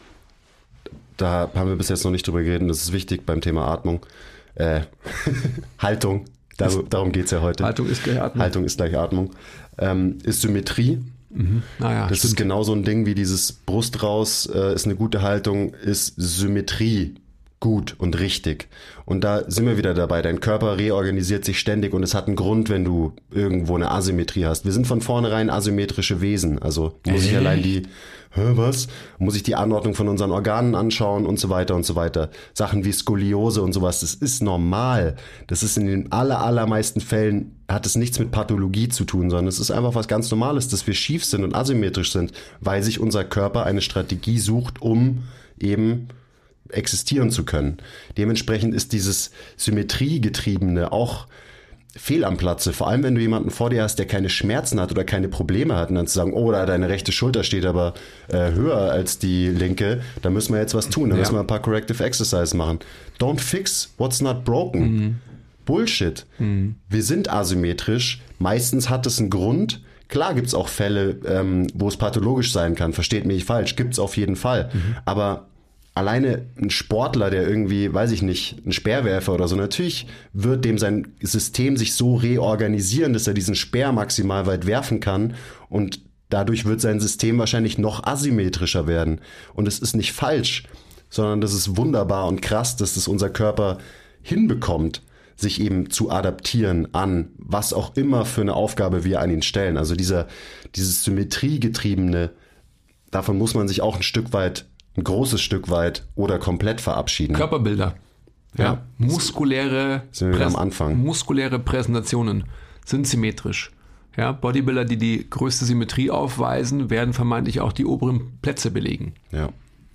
da haben wir bis jetzt noch nicht drüber geredet, und das ist wichtig beim Thema Atmung. Äh, Haltung, Dar- darum geht es ja heute. Haltung ist gleich Atmung. Haltung ist gleich Atmung. Ähm, ist Symmetrie. Mhm. Naja, das stimmt. Ist genau so ein Ding wie dieses Brust raus, äh, ist eine gute Haltung, ist Symmetrie gut und richtig. Und da sind wir wieder dabei. Dein Körper reorganisiert sich ständig und es hat einen Grund, wenn du irgendwo eine Asymmetrie hast. Wir sind von vornherein asymmetrische Wesen. Also muss ich allein die, hä, was? Muss ich die Anordnung von unseren Organen anschauen und so weiter und so weiter. Sachen wie Skoliose und sowas, das ist normal. Das ist in den aller, allermeisten Fällen, hat es nichts mit Pathologie zu tun, sondern es ist einfach was ganz Normales, dass wir schief sind und asymmetrisch sind, weil sich unser Körper eine Strategie sucht, um eben existieren zu können. Dementsprechend ist dieses Symmetriegetriebene auch fehl am Platze. Vor allem, wenn du jemanden vor dir hast, der keine Schmerzen hat oder keine Probleme hat und dann zu sagen, oh, da deine rechte Schulter steht aber äh, höher als die linke, da müssen wir jetzt was tun, da ja. müssen wir ein paar Corrective Exercises machen. Don't fix what's not broken. Mhm. Bullshit. Mhm. Wir sind asymmetrisch. Meistens hat es einen Grund. Klar gibt es auch Fälle, ähm, wo es pathologisch sein kann. Versteht mich falsch. Gibt es auf jeden Fall. Mhm. Aber alleine ein Sportler, der irgendwie, weiß ich nicht, ein Speerwerfer oder so, natürlich wird dem sein System sich so reorganisieren, dass er diesen Speer maximal weit werfen kann und dadurch wird sein System wahrscheinlich noch asymmetrischer werden. Und es ist nicht falsch, sondern das ist wunderbar und krass, dass das unser Körper hinbekommt, sich eben zu adaptieren an was auch immer für eine Aufgabe wir an ihn stellen. Also dieser, dieses Symmetriegetriebene, davon muss man sich auch ein Stück weit ein großes Stück weit oder komplett verabschieden. Körperbilder. Ja. ja. Muskuläre, sind wir wieder am Anfang. Muskuläre Präsentationen sind symmetrisch. Ja, Bodybuilder, die die größte Symmetrie aufweisen, werden vermeintlich auch die oberen Plätze belegen. Ja.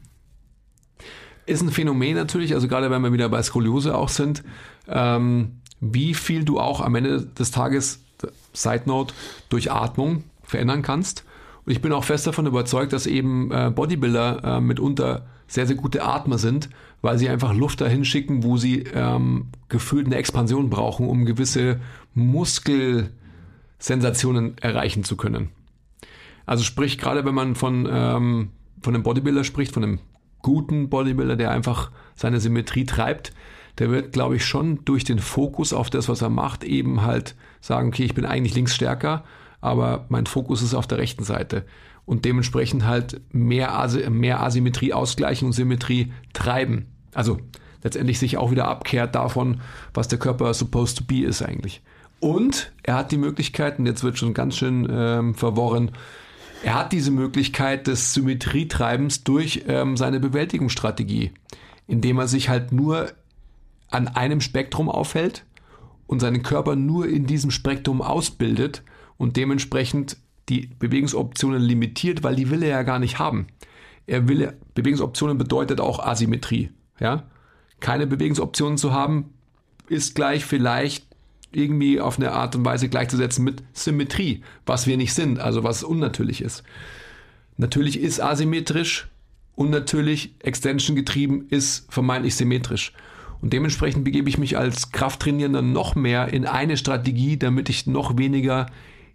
Ist ein Phänomen natürlich, also gerade wenn wir wieder bei Skoliose auch sind, ähm, wie viel du auch am Ende des Tages, Side Note, durch Atmung verändern kannst. Und ich bin auch fest davon überzeugt, dass eben äh, Bodybuilder äh, mitunter sehr, sehr gute Atmer sind, weil sie einfach Luft dahin schicken, wo sie ähm, gefühlt eine Expansion brauchen, um gewisse Muskelsensationen erreichen zu können. Also sprich, gerade wenn man von, ähm, von einem Bodybuilder spricht, von einem guten Bodybuilder, der einfach seine Symmetrie treibt, der wird, glaube ich, schon durch den Fokus auf das, was er macht, eben halt sagen, okay, ich bin eigentlich links stärker, aber mein Fokus ist auf der rechten Seite. Und dementsprechend halt mehr, As- mehr Asymmetrie ausgleichen und Symmetrie treiben. Also letztendlich sich auch wieder abkehrt davon, was der Körper supposed to be ist eigentlich. Und er hat die Möglichkeit, und jetzt wird schon ganz schön ähm, verworren, er hat diese Möglichkeit des Symmetrietreibens durch ähm, seine Bewältigungsstrategie, indem er sich halt nur an einem Spektrum aufhält und seinen Körper nur in diesem Spektrum ausbildet und dementsprechend die Bewegungsoptionen limitiert, weil die will er ja gar nicht haben. Er will, Bewegungsoptionen bedeutet auch Asymmetrie. Ja? Keine Bewegungsoptionen zu haben, ist gleich vielleicht irgendwie auf eine Art und Weise gleichzusetzen mit Symmetrie, was wir nicht sind, also was unnatürlich ist. Natürlich ist asymmetrisch, unnatürlich, Extension getrieben, ist vermeintlich symmetrisch. Und dementsprechend begebe ich mich als Krafttrainierender noch mehr in eine Strategie, damit ich noch weniger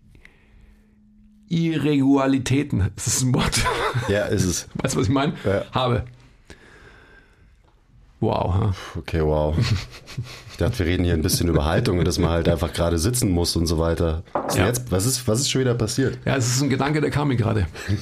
Irregularitäten, ist das ein Wort? Ja, ist es. Weißt du, was ich meine? Ja. Habe. Wow. Ha? Okay, wow. Ich dachte, wir reden hier ein bisschen über Haltung und dass man halt einfach gerade sitzen muss und so weiter. Was, Ja. jetzt, was, ist, was ist schon wieder passiert? Ja, es ist ein Gedanke, der kam mir gerade.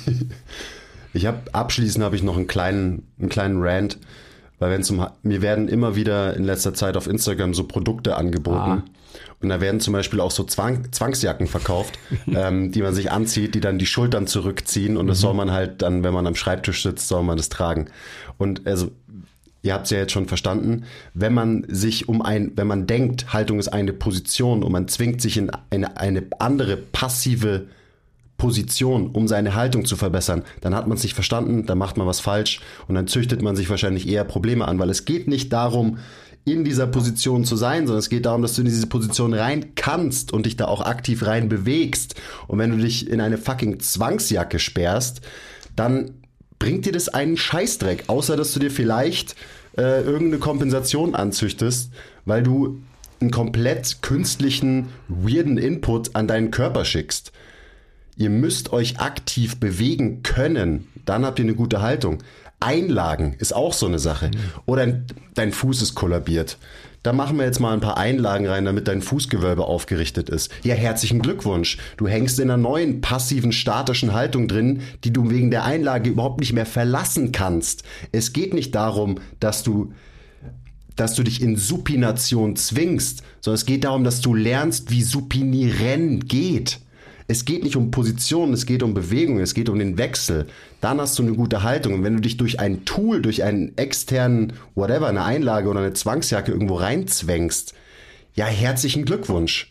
Ich habe abschließend habe ich noch einen kleinen, einen kleinen Rant, weil wenn zum mir werden immer wieder in letzter Zeit auf Instagram so Produkte angeboten. Ah. Und da werden zum Beispiel auch so Zwang, Zwangsjacken verkauft, ähm, die man sich anzieht, die dann die Schultern zurückziehen und das soll man halt dann, wenn man am Schreibtisch sitzt, soll man das tragen. Und also, ihr habt es ja jetzt schon verstanden, wenn man sich um ein, wenn man denkt, Haltung ist eine Position und man zwingt sich in eine, eine andere passive Position, um seine Haltung zu verbessern, dann hat man es nicht verstanden, dann macht man was falsch und dann züchtet man sich wahrscheinlich eher Probleme an, weil es geht nicht darum, in dieser Position zu sein, sondern es geht darum, dass du in diese Position rein kannst und dich da auch aktiv rein bewegst. Und wenn du dich in eine fucking Zwangsjacke sperrst, dann bringt dir das einen Scheißdreck, außer dass du dir vielleicht äh, irgendeine Kompensation anzüchtest, weil du einen komplett künstlichen, weirden Input an deinen Körper schickst. Ihr müsst euch aktiv bewegen können, dann habt ihr eine gute Haltung. Einlagen ist auch so eine Sache. Oder dein Fuß ist kollabiert. Da machen wir jetzt mal ein paar Einlagen rein, damit dein Fußgewölbe aufgerichtet ist. Ja, herzlichen Glückwunsch. Du hängst in einer neuen, passiven, statischen Haltung drin, die du wegen der Einlage überhaupt nicht mehr verlassen kannst. Es geht nicht darum, dass du, dass du dich in Supination zwingst, sondern es geht darum, dass du lernst, wie Supinieren geht. Es geht nicht um Position, es geht um Bewegung, es geht um den Wechsel. Dann hast du eine gute Haltung. Und wenn du dich durch ein Tool, durch einen externen, whatever, eine Einlage oder eine Zwangsjacke irgendwo reinzwängst, ja, herzlichen Glückwunsch.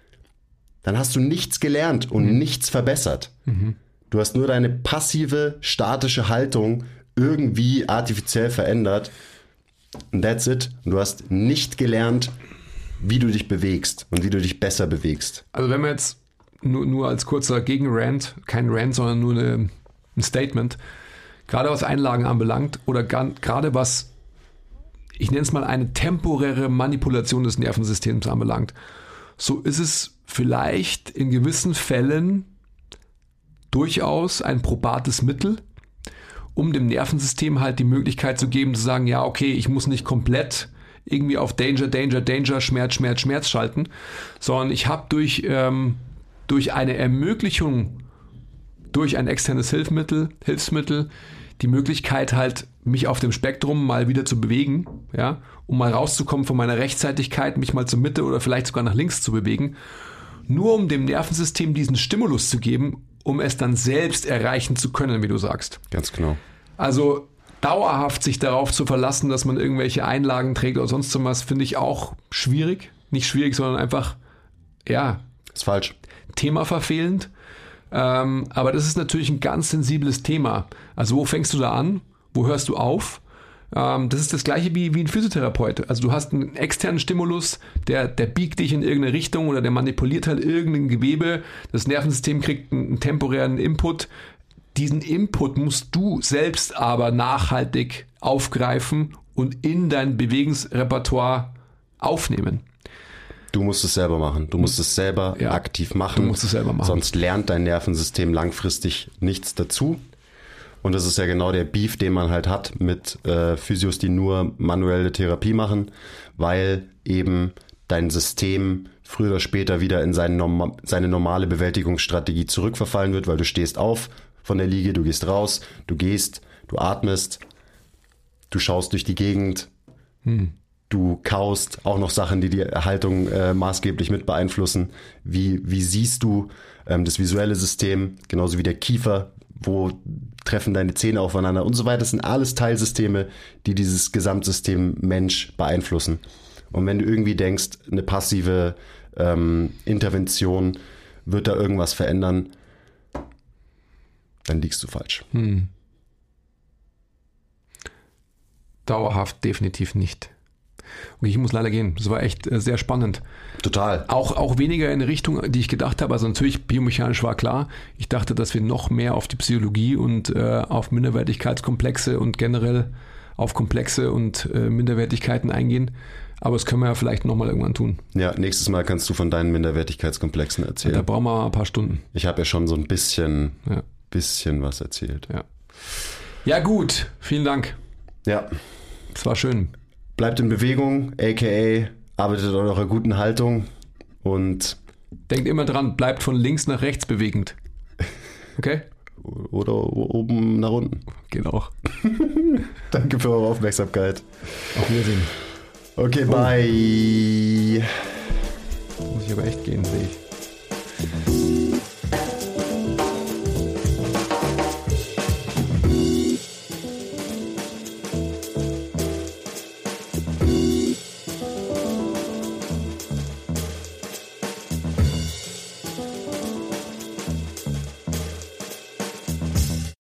Dann hast du nichts gelernt und mhm. nichts verbessert. Mhm. Du hast nur deine passive, statische Haltung irgendwie artifiziell verändert. Und that's it. Und du hast nicht gelernt, wie du dich bewegst und wie du dich besser bewegst. Also wenn wir jetzt Nur, nur als kurzer Gegenrant, kein Rant, sondern nur eine, ein Statement, gerade was Einlagen anbelangt oder gar, gerade was, ich nenne es mal eine temporäre Manipulation des Nervensystems anbelangt, so ist es vielleicht in gewissen Fällen durchaus ein probates Mittel, um dem Nervensystem halt die Möglichkeit zu geben, zu sagen, ja, okay, ich muss nicht komplett irgendwie auf Danger, Danger, Danger, Schmerz, Schmerz, Schmerz schalten, sondern ich habe durch ähm, durch eine Ermöglichung, durch ein externes Hilfsmittel, Hilfsmittel, die Möglichkeit halt, mich auf dem Spektrum mal wieder zu bewegen, ja, um mal rauszukommen von meiner Rechtsseitigkeit, mich mal zur Mitte oder vielleicht sogar nach links zu bewegen, nur um dem Nervensystem diesen Stimulus zu geben, um es dann selbst erreichen zu können, wie du sagst. Ganz genau. Also dauerhaft sich darauf zu verlassen, dass man irgendwelche Einlagen trägt oder sonst was, finde ich auch schwierig. Nicht schwierig, sondern einfach, ja. Ist falsch. Thema verfehlend. Ähm, aber das ist natürlich ein ganz sensibles Thema. Also wo fängst du da an? Wo hörst du auf? Ähm, das ist das gleiche wie, wie ein Physiotherapeut. Also du hast einen externen Stimulus, der, der biegt dich in irgendeine Richtung oder der manipuliert halt irgendein Gewebe. Das Nervensystem kriegt einen, einen temporären Input. Diesen Input musst du selbst aber nachhaltig aufgreifen und in dein Bewegungsrepertoire aufnehmen. Du musst es selber machen. Du musst es selber ja, aktiv machen. Du musst es selber machen. Sonst lernt dein Nervensystem langfristig nichts dazu. Und das ist ja genau der Beef, den man halt hat mit äh, Physios, die nur manuelle Therapie machen, weil eben dein System früher oder später wieder in seine, Norm- seine normale Bewältigungsstrategie zurückverfallen wird, weil du stehst auf von der Liege, du gehst raus, du gehst, du atmest, du schaust durch die Gegend, hm. du kaust, auch noch Sachen, die die Haltung äh, maßgeblich mit beeinflussen. Wie, wie siehst du ähm, das visuelle System, genauso wie der Kiefer, wo treffen deine Zähne aufeinander und so weiter. Das sind alles Teilsysteme, die dieses Gesamtsystem Mensch beeinflussen. Und wenn du irgendwie denkst, eine passive ähm, Intervention wird da irgendwas verändern, dann liegst du falsch. Hm. Dauerhaft definitiv nicht. Und ich muss leider gehen. Das war echt äh, sehr spannend. Total. Auch, auch weniger in eine Richtung, die ich gedacht habe. Also natürlich biomechanisch war klar. Ich dachte, dass wir noch mehr auf die Psychologie und äh, auf Minderwertigkeitskomplexe und generell auf Komplexe und äh, Minderwertigkeiten eingehen. Aber das können wir ja vielleicht nochmal irgendwann tun. Ja, nächstes Mal kannst du von deinen Minderwertigkeitskomplexen erzählen. Da brauchen wir ein paar Stunden. Ich habe ja schon so ein bisschen, ja. bisschen was erzählt. Ja. Ja gut, vielen Dank. Ja. Es war schön. Bleibt in Bewegung, aka arbeitet an eurer guten Haltung und denkt immer dran, bleibt von links nach rechts bewegend. Okay? Oder oben nach unten. Geht auch. Danke für eure Aufmerksamkeit. Auf Wiedersehen. Okay, bye. Muss ich aber echt gehen, sehe ich.